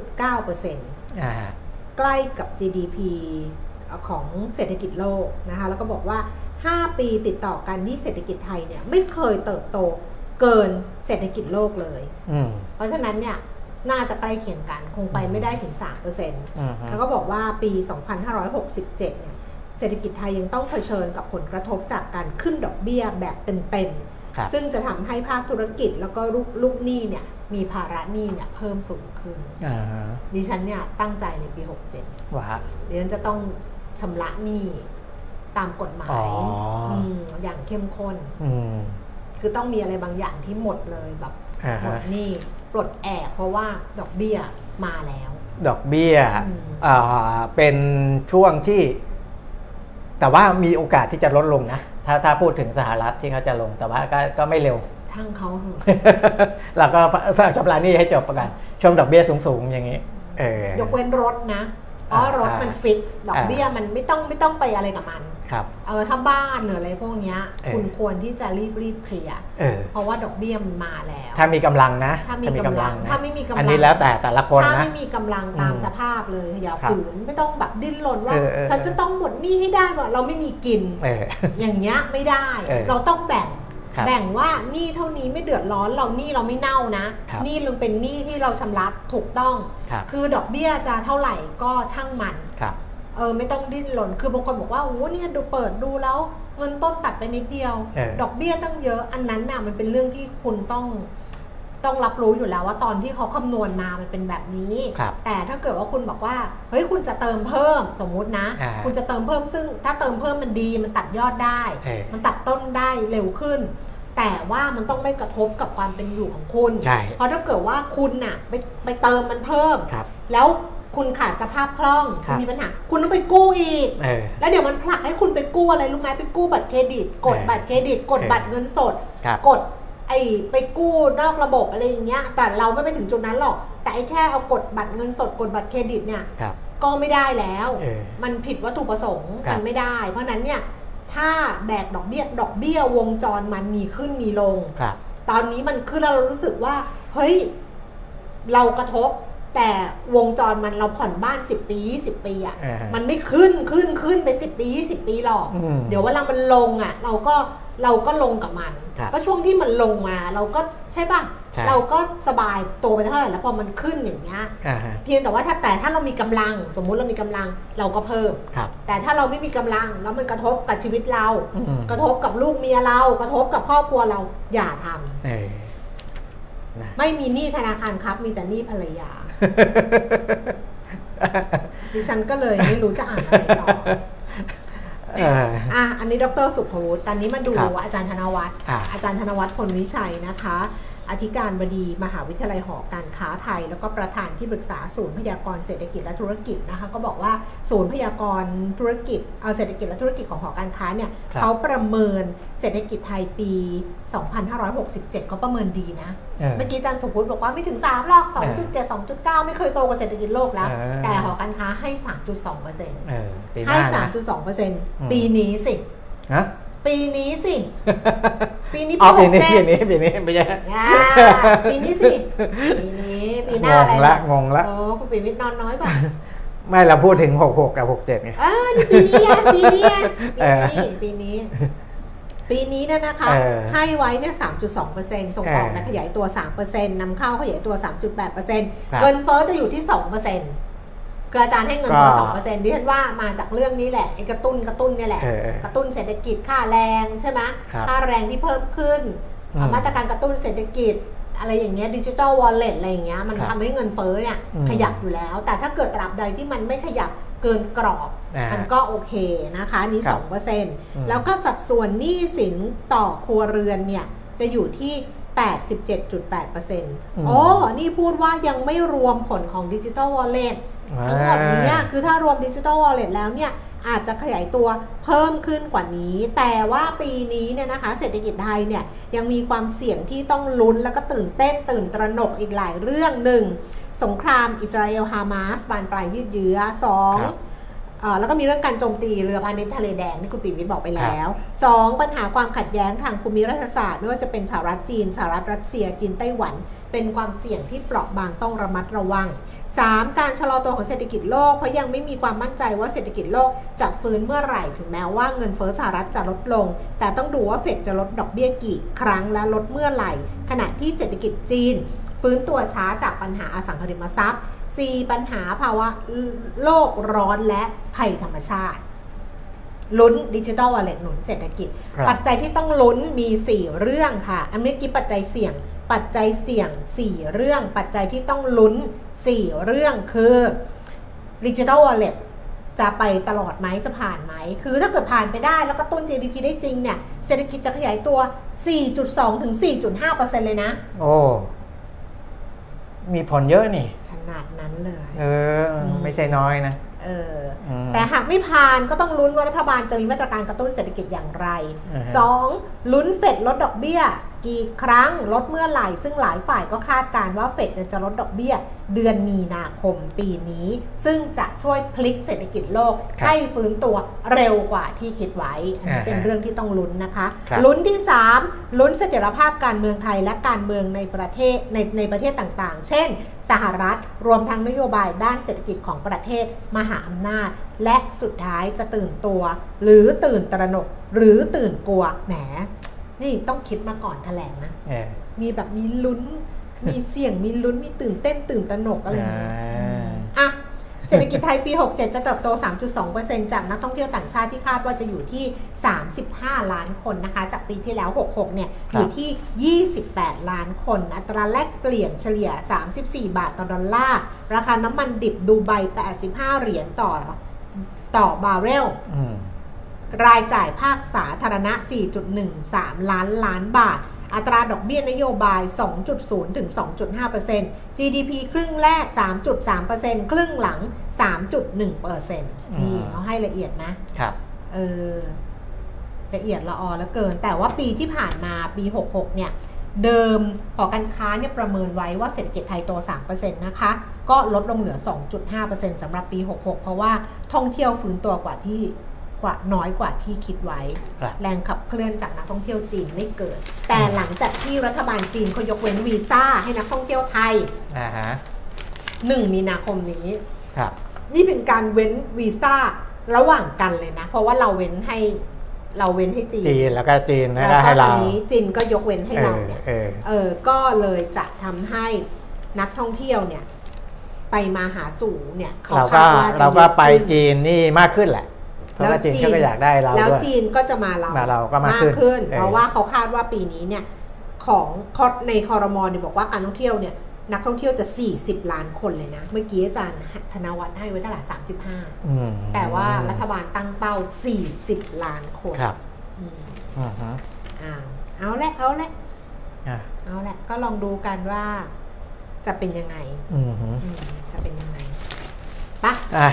2.9% ใกล้กับ GDP ของเศรษฐกิจโลกนะคะแล้วก็บอกว่า 5 ปีติดต่อกันที่เศรษฐกิจไทยเนี่ยไม่เคยเติบโตเกินเศรษฐกิจโลกเลยเพราะฉะนั้นเนี่ยน่าจะใกล้เคียงกันคงไปไม่ได้ถึง 3% แล้วก็บอกว่าปี 2567 เนี่ยเศรษฐกิจไทยยังต้องเผชิญกับผลกระทบจากการขึ้นดอกเบี้ยแบบเต็มๆซึ่งจะทำให้ภาคธุรกิจแล้วก็ลูกหนี้เนี่ยมีภาระหนี้เนี่ยเพิ่มสูงขึ้นดิฉันเนี่ยตั้งใจในปี 67 ว่าดิฉันจะต้องชำระหนี้ตามกฎหมายอย่างเข้มข้นคือต้องมีอะไรบางอย่างที่หมดเลยแบบหมดหนี้ปลดแอกเพราะว่าดอกเบี้ยมาแล้วดอกเบี้ยเป็นช่วงที่แต่ว่ามีโอกาสที่จะลดลงนะถ้าพูดถึงสหรัฐที่เขาจะลงแต่ว่าก็ไม่เร็วช่างเขาเราก็ชำระหนี้ให้จบประกันช่วงดอกเบี้ยสูงๆอย่างนี้ยกเว้นรถนะรถมันฟิกซ์ดอกเบี้ยมันไม่ต้องไปอะไรกับมันถ้าบ้านหรืออะไรพวกนี้คุณควรที่จะรีบเคลียร์เพราะว่าดอกเบี้ยมันมาแล้วถ้ามีกำลังนะถ้าไม่มีกำลังอันนี้แล้วแต่ละคนนะถ้าไม่มีกำลังตามสภาพเลยอย่าฝืนไม่ต้องแบบดิ้นรนว่าฉันจะต้องหมดหนี้ให้ได้ว่าเราไม่มีกินอย่างเงี้ยไม่ได้เราต้องแบ่งว่าหนี้เท่านี้ไม่เดือดร้อนเราหนี้เราไม่เน่านะหนี้มันเป็นหนี้ที่เราชำระถูกต้องคือดอกเบี้ยจะเท่าไหร่ก็ช่างมันไม่ต้องดิ้นรนคือบางคนบอกว่าโอ้เนี่ยเปิดดูแล้วเงินต้นตัดไปนิดเดียวดอกเบี้ยตั้งเยอะอันนั้นน่ะมันเป็นเรื่องที่คุณต้องต้องรับรู้อยู่แล้วว่าตอนที่เขาคำนวณมามันเป็นแบบนี้แต่ถ้าเกิดว่าคุณบอกว่าเฮ้ยคุณจะเติมเพิ่มสมมุตินะคุณจะเติมเพิ่มซึ่งถ้าเติมเพิ่มมันดีมันตัดยอดได้มันตัดต้นได้เร็วขึ้นแต่ว่ามันต้องไม่กระทบกับความเป็นอยู่ของคุณเพราะถ้าเกิดว่าคุณน่ะไปเติมมันเพิ่มแล้วคุณขาดสภาพคล่องคุณมีปัญหาคุณต้องไปกู้อีกแล้วเดี๋ยวมันผลักให้คุณไปกู้อะไรรู้ไหมไปกู้บัตรเครดิตกดบัตรเครดิตกดบัตรเงินสดกดไปกู้นอกระบบอะไรอย่างเงี้ยแต่เราไม่ไปถึงจุดนั้นหรอกแต่แค่เอากดบัตรเงินสดกดบัตรเครดิตเนี่ยก็ไม่ได้แล้วมันผิดวัตถุประสงค์มันไม่ได้เพราะนั้นเนี่ยถ้าแบกดอกเบี้ยวงจรมันมีขึ้นมีลงตอนนี้มันขึ้นแล้วเรารู้สึกว่าเฮ้ยเรากระทบแต่วงจรมันเราผ่อนบ้าน10 ปี20 ปีอ่ะมันไม่ขึ้นไป10 ปี20 ปีหรอกเดี๋ยวเวลามันลงอ่ะเราก็ลงกับมันก็ช่วงที่มันลงมาเราก็ใช่ป่ะเราก็สบายตัวไปเท่าไหร่แล้วพอมันขึ้นอย่างเงี้ยเพียงแต่ว่าถ้าเรามีกำลังสมมุติเรามีกำลังเราก็เพิ่มแต่ถ้าเราไม่มีกำลังแล้วมันกระทบกับชีวิตเรากระทบกับลูกเมียเรากระทบกับครอบครัวเราอย่าทำไม่มีหนี้ธนาคารครับมีแต่หนี้ภรรยาดิฉันก็เลยไม่รู้จะอ่านอะไรต่ออันนี้ดร.สุภวุฒิตอนนี้มาดูอาจารย์ธนวัฒน์อาจารย์ธนวัฒน์พลวิชัยนะคะอธิการบดีมหาวิทยาลัยหอการค้าไทยแล้วก็ประธานที่ปรึกษาศูนย์พยากรณ์เศรษฐกิจและธุรกิจนะคะก็บอกว่าศูนย์พยากรณ์ธุรกิจเศรษฐกิจและธุรกิจของหอการค้าเนี่ยเขาประเมินเศรษฐกิจไทยปี 2567เขาประเมินดีนะเมื่อกี้อาจารย์สุภวุฒิบอกว่าไม่ถึง3หรอก 2.7 2.9 ไม่เคยโตกว่าเศรษฐกิจโลกแล้วแต่หอการค้าให้ 3.2% ให้ 3.2% ปีนี้สิปีนี้สิปีนี้ปีนี้ไม่ใช่ปีนี้สิปีหน้าอะไรงงละโอ้คุณปีวิทย์นอนน้อยป่ะไม่เราพูดถึง66กับ67ไงนี่ปีนี้ปีนี้เนี่ยนะคะให้ไว้เนี่ย 3.2% ส่งออกนะขยายตัว 3% นำเข้าขยายตัว 3.8% เงินเฟ้อจะอยู่ที่ 2%คืออาจารย์ให้เงินเฟ้อ 2% ดิฉันว่ามาจากเรื่องนี้แหละไอ้กระตุ้นเนี่ยแหละกระตุ้นเศรษฐกิจค่าแรงใช่ไหมค่าแรงที่เพิ่มขึ้นมาตรการกระตุ้นเศรษฐกิจอะไรอย่างเงี้ยดิจิทัลวอลเล็ตอะไรอย่างเงี้ยมันทำให้เงินเฟ้อเนี่ยขยับอยู่แล้วแต่ถ้าเกิดตราบใดที่มันไม่ขยับเกินกรอบมันก็โอเคนะคะนี่ 2% แล้วก็สัดส่วนหนี้สินต่อครัวเรือนเนี่ยจะอยู่ที่ 87.8% นี่พูดว่ายังไม่รวมผลของดิจิทัลวอลเล็ตทั้งหมดนี้คือถ้ารวมดิจิทัลวอลเล็ตแล้วเนี่ยอาจจะขยายตัวเพิ่มขึ้นกว่านี้แต่ว่าปีนี้เนี่ยนะคะเศรษฐกิจไทยเนี่ยยังมีความเสี่ยงที่ต้องลุ้นแล้วก็ตื่นเต้นตื่นตระหนกอีกหลายเรื่องหนึ่งสงครามอิสราเอลฮามาสบานปลายยืดเยื้อ2แล้วก็มีเรื่องการโจมตีเรือพาณิชย์ทะเลแดงที่คุณปิ่นวิทย์บอกไปแล้ว2ปัญหาความขัดแย้งทางภูมิรัฐศาสตร์ไม่ว่าจะเป็นสหรัฐจีนสหรัฐรัสเซียจีนไต้หวันเป็นความเสี่ยงที่เปราะบางต้องระมัดระวัง3การชะลอตัวของเศรษฐกิจโลกเพราะยังไม่มีความมั่นใจว่าเศรษฐกิจโลกจะฟื้นเมื่อไหร่ถึงแม้ว่าเงินเฟ้อสหรัฐจะลดลงแต่ต้องดูว่าเฟดจะลดดอกเบี้ยกี่ครั้งและลดเมื่อไหร่ขณะที่เศรษฐกิจจีนฟื้นตัวช้าจากปัญหาอสังหาริมทรัพย์4ปัญหาภาวะโลกร้อนและภัยธรรมชาติลุ้นดิจิทัลวอลเล็ตหนุนเศรษฐกิจปัจจัยที่ต้องลุ้นมี4เรื่องค่ะอันนี้กี่ปัจจัยเสี่ยง4เรื่องปัจจัยที่ต้องลุ้น4เรื่องคือ Digital Wallet จะไปตลอดไหมจะผ่านไหมคือถ้าเกิดผ่านไปได้แล้วก็ต้น GDP ได้จริงเนี่ยเศรษฐกิจจะขยายตัว 4.2 ถึง 4.5% เลยนะโอ้มีผลเยอะนี่ขนาดนั้นเลยไม่ใช่น้อยนะแต่หากไม่ผ่านก็ต้องลุ้นว่ารัฐบาลจะมีมาตรการกระตุ้นเศรษฐกิจอย่างไร 2. ลุ้นเฟดลดดอกเบี้ยกี่ครั้งลดเมื่อไหร่ซึ่งหลายฝ่ายก็คาดการณ์ว่าเฟดจะลดดอกเบี้ยเดือนมีนาคมปีนี้ซึ่งจะช่วยพลิกเศรษฐกิจโลกให้ฟื้นตัวเร็วกว่าที่คิดไว้อันนี้เป็นเรื่องที่ต้องลุ้นนะคะลุ้นที่ 3. ลุ้นเสถียรภาพการเมืองไทยและการเมืองในประเทศในประเทศต่างๆเช่นสหรัฐรวมทั้งนโยบายด้านเศรษฐกิจของประเทศมหาอำนาจและสุดท้ายจะตื่นตัวหรือตื่นตระหนกหรือตื่นกลัวแหมนี่ต้องคิดมาก่อนแถลงนะมีแบบมีลุ้นมีเสี่ยงมีลุ้นมีตื่นเต้นตื่นตระหนกอะไรอย่างเงี้ยเศรษฐกิจไทยปี 67 จะเติบโต 3.2% จากนักท่องเที่ยวต่างชาติที่คาดว่าจะอยู่ที่ 35 ล้านคนนะคะจากปีที่แล้ว 66 เนี่ยอยู่ที่ 28 ล้านคนอัตราแลกเปลี่ยนเฉลี่ย 34 บาทต่อดอลลาร์ราคาน้ำมันดิบดูไบ 85 เหรียญต่อบาร์เรลรายจ่ายภาคสาธารณะ 4.13 ล้านบาทอัตราดอกเบี้ยนโยบาย 2.0 ถึง 2.5% GDP ครึ่งแรก 3.3% ครึ่งหลัง 3.1% นี่เขาให้ละเอียดนะครับละเอียดละออแล้วเกินแต่ว่าปีที่ผ่านมาปี 66 เนี่ยเดิมหอการค้าเนี่ยประเมินไว้ว่าเศรษฐกิจไทยโต 3% นะคะก็ลดลงเหลือ 2.5% สำหรับปี 66 เพราะว่าท่องเที่ยวฟื้นตัวกว่าน้อยกว่าที่คิดไว้แรงขับเคลื่อนจากนักท่องเที่ยวจีนไม่เกิดแต่หลังจากที่รัฐบาลจีนเขายกเว้นวีซ่าให้นักท่องเที่ยวไทย1 มีนาคมนี้นี่เป็นการเว้นวีซ่าระหว่างกันเลยนะเพราะว่าเราเว้นให้จีนแล้วก็จีนแล้วก็ให้เราตอนนี้จีนก็ยกเว้นให้เราเนี่ยก็เลยจะทำให้นักท่องเที่ยวเนี่ยไปมาหาสู่เนี่ยเราก็ไปจีนนี่มากขึ้นแหละเพราะว่าจีนก็อยากได้เราแล้วจีนก็จะมาเราก็มากขึ้นเพราะว่าเขาคาดว่าปีนี้เนี่ยของในครม.เนี่ยบอกว่าการท่องเที่ยวเนี่ยนักท่องเที่ยวจะ40 ล้านคนเลยนะเมื่อกี้อาจารย์ธนวัฒน์ให้ไว้เท่าไหร่35แต่ว่ารัฐบาลตั้งเป้า40 ล้านคนครับเอาแหละก็ลองดูกันว่าจะเป็นยังไงจะเป็นยังไงปะ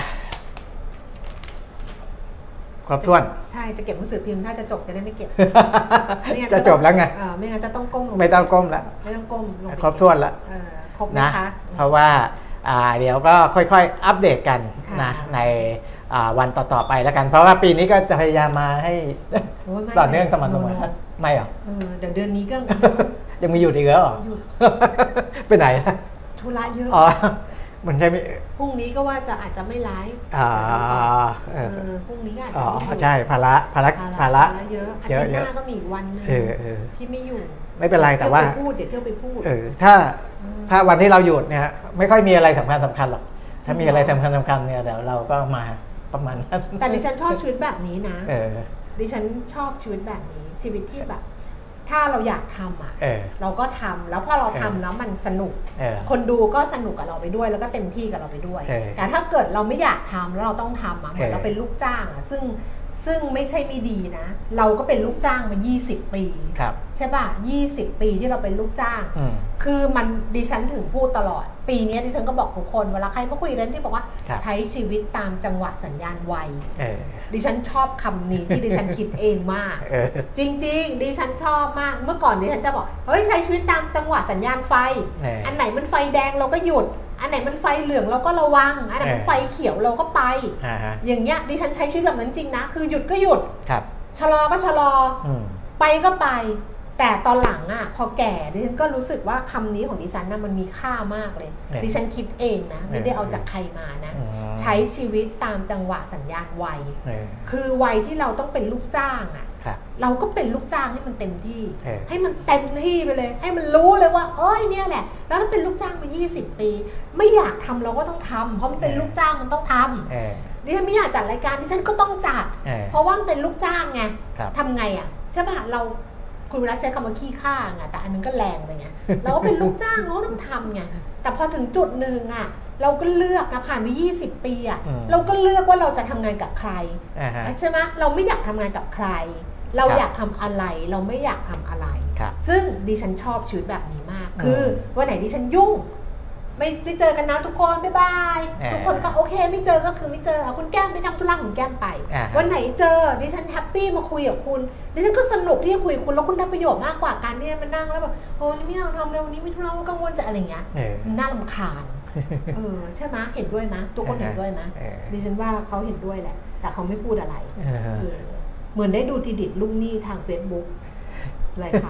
ครบถ้วนใช่จะเก็บหนังสือพิมพ์ถ้าจะจบจะได้ไม่เก็บจะจบแล้วไงไม่งั้นจะต้องก้มลงไม่ต้องก้มแล้วไม่ต้องก้มลงครบถ้วนแล้วครบนะคะเพราะว่าเดี๋ยวก็ค่อยๆอัปเดตกันนะในวันต่อๆไปแล้วกันเพราะว่าปีนี้ก็จะพยายามมาให้ต่อเนื่องสม่ำเสมอไม่หรอเดี๋ยวเดือนนี้ก็ยังมีอยู่อีกแล้วหรอไปไหนธุระเยอะมันใช่ไหมพรุ่งนี้ก็ว่าอาจจะไม่ไลฟ์พรุ่งนี้ก็อาจจะใช่ภาระเยอะอาทิตย์หน้าก็มีวันนึงที่ไม่อยู่ไม่เป็นไรแต่ว่าเดี๋ยวเที่ยวไปพูดถ้าวันที่เราหยุดเนี่ยไม่ค่อยมีอะไรสำคัญหรอกถ้ามีอะไรสำคัญเนี่ยเดี๋ยวเราก็มาประมาณนั้นแต่ดิฉันชอบชีวิตแบบนี้นะดิฉันชอบชีวิตแบบนี้ชีวิตที่แบบถ้าเราอยากทำเราก็ทำแล้วพอเราทำแล้วมันสนุกคนดูก็สนุกกับเราไปด้วยแล้วก็เต็มที่กับเราไปด้วยแต่ถ้าเกิดเราไม่อยากทำแล้วเราต้องทำเหมือนเราเป็นลูกจ้างซึ่งไม่ใช่ไม่ดีนะเราก็เป็นลูกจ้างมา20 ปีใช่ป่ะ20 ปีที่เราเป็นลูกจ้างคือมันดิฉันถึงพูดตลอดปีนี้ดิฉันก็บอกทุกคนเวลาใครมาคุยเรื่องที่บอกว่าใช้ชีวิตตามจังหวะสัญญาณไวดิฉันชอบคำนี้ที่ดิฉันคิดเองมากจริงๆดิฉันชอบมากเมื่อก่อนดิฉันจะบอกเฮ้ยใช้ชีวิตตามจังหวะสัญญาณไฟอันไหนมันไฟแดงเราก็หยุดอันไหนมันไฟเหลืองเราก็ระวังอันไหนมันไฟเขียวเราก็ไปอย่างเงี้ยดิฉันใช้ชีวิตแบบนั้นจริงนะคือหยุดก็หยุดชะลอก็ชะลอไปก็ไปแต่ตอนหลังอ่ะพอแก่ดิฉันก็รู้สึกว่าคำนี้ของดิฉันนะมันมีค่ามากเลยดิฉันคิดเองนะไม่ได้เอาจากใครมานะใช้ชีวิตตามจังหวะสัญญาณวัยคือวัยที่เราต้องเป็นลูกจ้างอ่ะเราก็เป็นลูกจ้างให้มันเต็มที่ให้มันเต็มที่ไปเลยให้มันรู้เลยว่าเอ้ยเนี่ยแหละแล้วเราเป็นลูกจ้างมา20 ปีไม่อยากทำเราก็ต้องทำเพราะมันเป็นลูกจ้างมันต้องทำดิฉันไม่อยากจัดรายการดิฉันก็ต้องจัดเพราะว่ามันเป็นลูกจ้างไงทำไงอ่ะใช่ป่ะเราคุณวิรัชใช้คำว่าขี้ข้าไงแต่อันนึงก็แรงไปไงเราก็เป็นลูกจ้างเราก็ต้องทำไงแต่พอถึงจุดหนึ่งอ่ะเราก็เลือกนะผ่านไป20 ปีอ่ะเราก็เลือกว่าเราจะทำงานกับใครใช่ไหมเราไม่อยากทำงานกับใครเราอยากทำอะไรเราไม่อยากทำอะไรซึ่งดิฉันชอบชีวิตแบบนี้มากคือวันไหนดิฉันยุ่งไม่เจอกันนะทุกคนบ๊ายบายทุกคนก็โอเคไม่เจอก็คือไม่เจอเอาคุณแก้มไปทำธุระของแก้มไปวันไหนเจอดิฉันแฮปปี้มาคุยกับคุณดิฉันก็สนุกที่จะคุยกับคุณแล้วคุณได้ประโยชน์มากกว่าการที่มานั่งแล้วแบบโอ้นี่ไม่เอาทำเลยวันนี้ไม่ทุเรศกังวลจะอะไรเงี้ยน่ารำคาญใช่ไหมเห็นด้วยไหมทุกคนเห็นด้วยไหมดิฉันว่าเขาเห็นด้วยแหละแต่เขาไม่พูดอะไรเหมือนได้ดูทีเด็ดลุงนี่ทาง Facebook อะไรค่ะ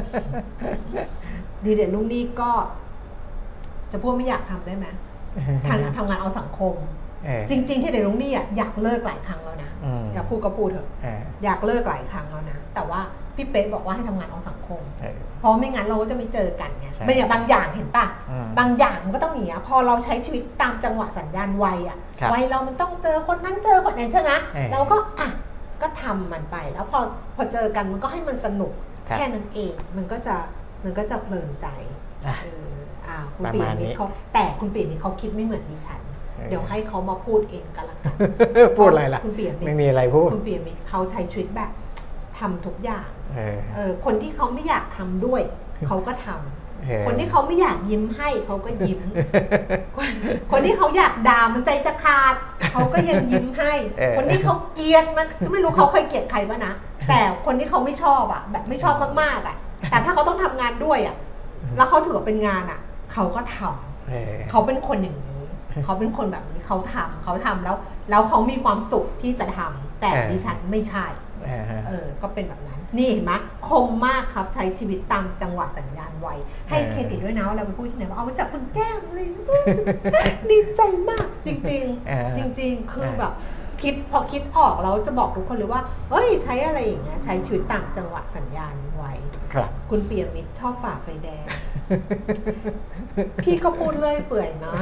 ทีเด็ดลุงนี่ก็จะพูดไม่อยากทำได้ไหมทำงานเอาสังคมจริงๆที่เด็กลุงนี่อยากเลิกหลายครั้งแล้วนะอยากพูดก็พูดเถอะอยากเลิกหลายครั้งแล้วนะแต่ว่าพี่เป๊ะบอกว่าให้ทำงานเอาสังคมเพราะไม่งั้นเราก็จะไม่เจอกันไงไม่อย่างบางอย่างเห็นป่ะบางอย่างมันก็ต้องหนีพอเราใช้ชีวิตตามจังหวะสัญญาณวัยอ่ะวัยเรามันต้องเจอคนนั้นเจอคนนั้นใช่ไหมเราก็ก็ทำมันไปแล้วพอเจอกันมันก็ให้มันสนุกแค่นั้นเองมันก็จะเพลินใจคุณปีนี้เขาแต่คุณปีนี้เขาคิดไม่เหมือนดิฉันเดี๋ยวให้เขามาพูดเองกันละกันพูดอะไรล่ะคุณปีนี้ไม่มีอะไรพูดคุณปีนี้เขาใช้ชีวิตแบบทำทุกอย่างคนที่เขาไม่อยากทำด้วยเขาก็ทำคนที่เขาไม่อยากยิ้มให้เขาก็ยิ้มคนที่เขาอยากด่ามันใจจะขาดเขาก็ยังยิ้มให้คนที่เขาเกลียดมันไม่รู้เขาเคยเกลียดใครป่ะนะแต่คนที่เขาไม่ชอบแบบไม่ชอบมากๆแต่ถ้าเขาต้องทำงานด้วยแล้วเขาถือว่าเป็นงานเขาก็ทำเขาเป็นคนอย่างนี้เขาเป็นคนแบบนี้เขาทำแล้วเขามีความสุขที่จะทำแต่ดิฉันไม่ใช่ก็เป็นแบบนั้นนี่เห็นไหมคมมากครับใช้ชีวิตตามจังหวะสัญญาณไวให้เครดิตด้วยนะเราไปพูดที่ไหนว่าเอามาจากคุณแก้มเลยดีใจมากจริงๆจริงๆคือแบบพอคิดออกแล้วจะบอกทุกคนเลยว่าเฮ้ยใช้อะไรอย่างเงี้ยใช้ชีวิตตามจังหวะสัญญาณไวคุณเปียมิตรชอบฝ่าไฟแดงพี่ก็พูดเลยเปื่อยนะ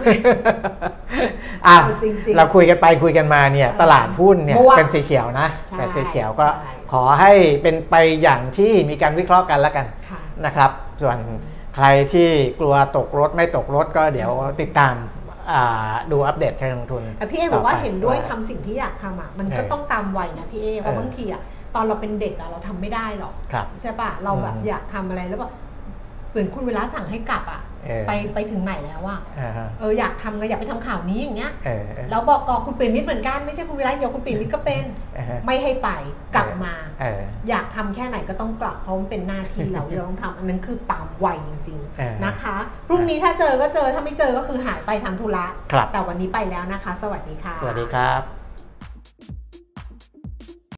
จริงๆเราคุยกันไปคุยกันมาเนี่ยตลาดหุ้นเนี่ยเป็นสีเขียวนะแต่สีเขียวก็ขอให้เป็นไปอย่างที่มีการวิเคราะห์กันแล้วกันนะครับส่วนใครที่กลัวตกรถไม่ตกรถก็เดี๋ยวติดตามดูอัปเดตการลงทุนพี่เอบอกว่าเห็นด้วยทำสิ่งที่อยากทำมันก็ต้องตามวัยนะพี่เอเพราะบางทีตอนเราเป็นเด็กเราทำไม่ได้หรอกใช่ป่ะเราแบบอยากทำอะไรแล้วแบบเหมือนคุณเวลาสั่งให้กลับไปถึงไหนแล้วอยากทำก็อยากไปทำข่าวนี้อย่างเงี้ยแล้วบอกกคุณเปรมมิตรเหมือนกันไม่ใช่คุณเวลาเดียวคุณเปรมมิตรก็เป็นไม่ให้ไปกลับมาอยากทำแค่ไหนก็ต้องกลับเพราะมันเป็นหน้าที่เราที่เราต้องทำอันนั้นคือตามวัยจริงๆนะคะพรุ่งนี้ถ้าเจอก็เจอถ้าไม่เจอก็คือหายไปทำธุระแต่วันนี้ไปแล้วนะคะสวัสดีค่ะสวัสดีครับ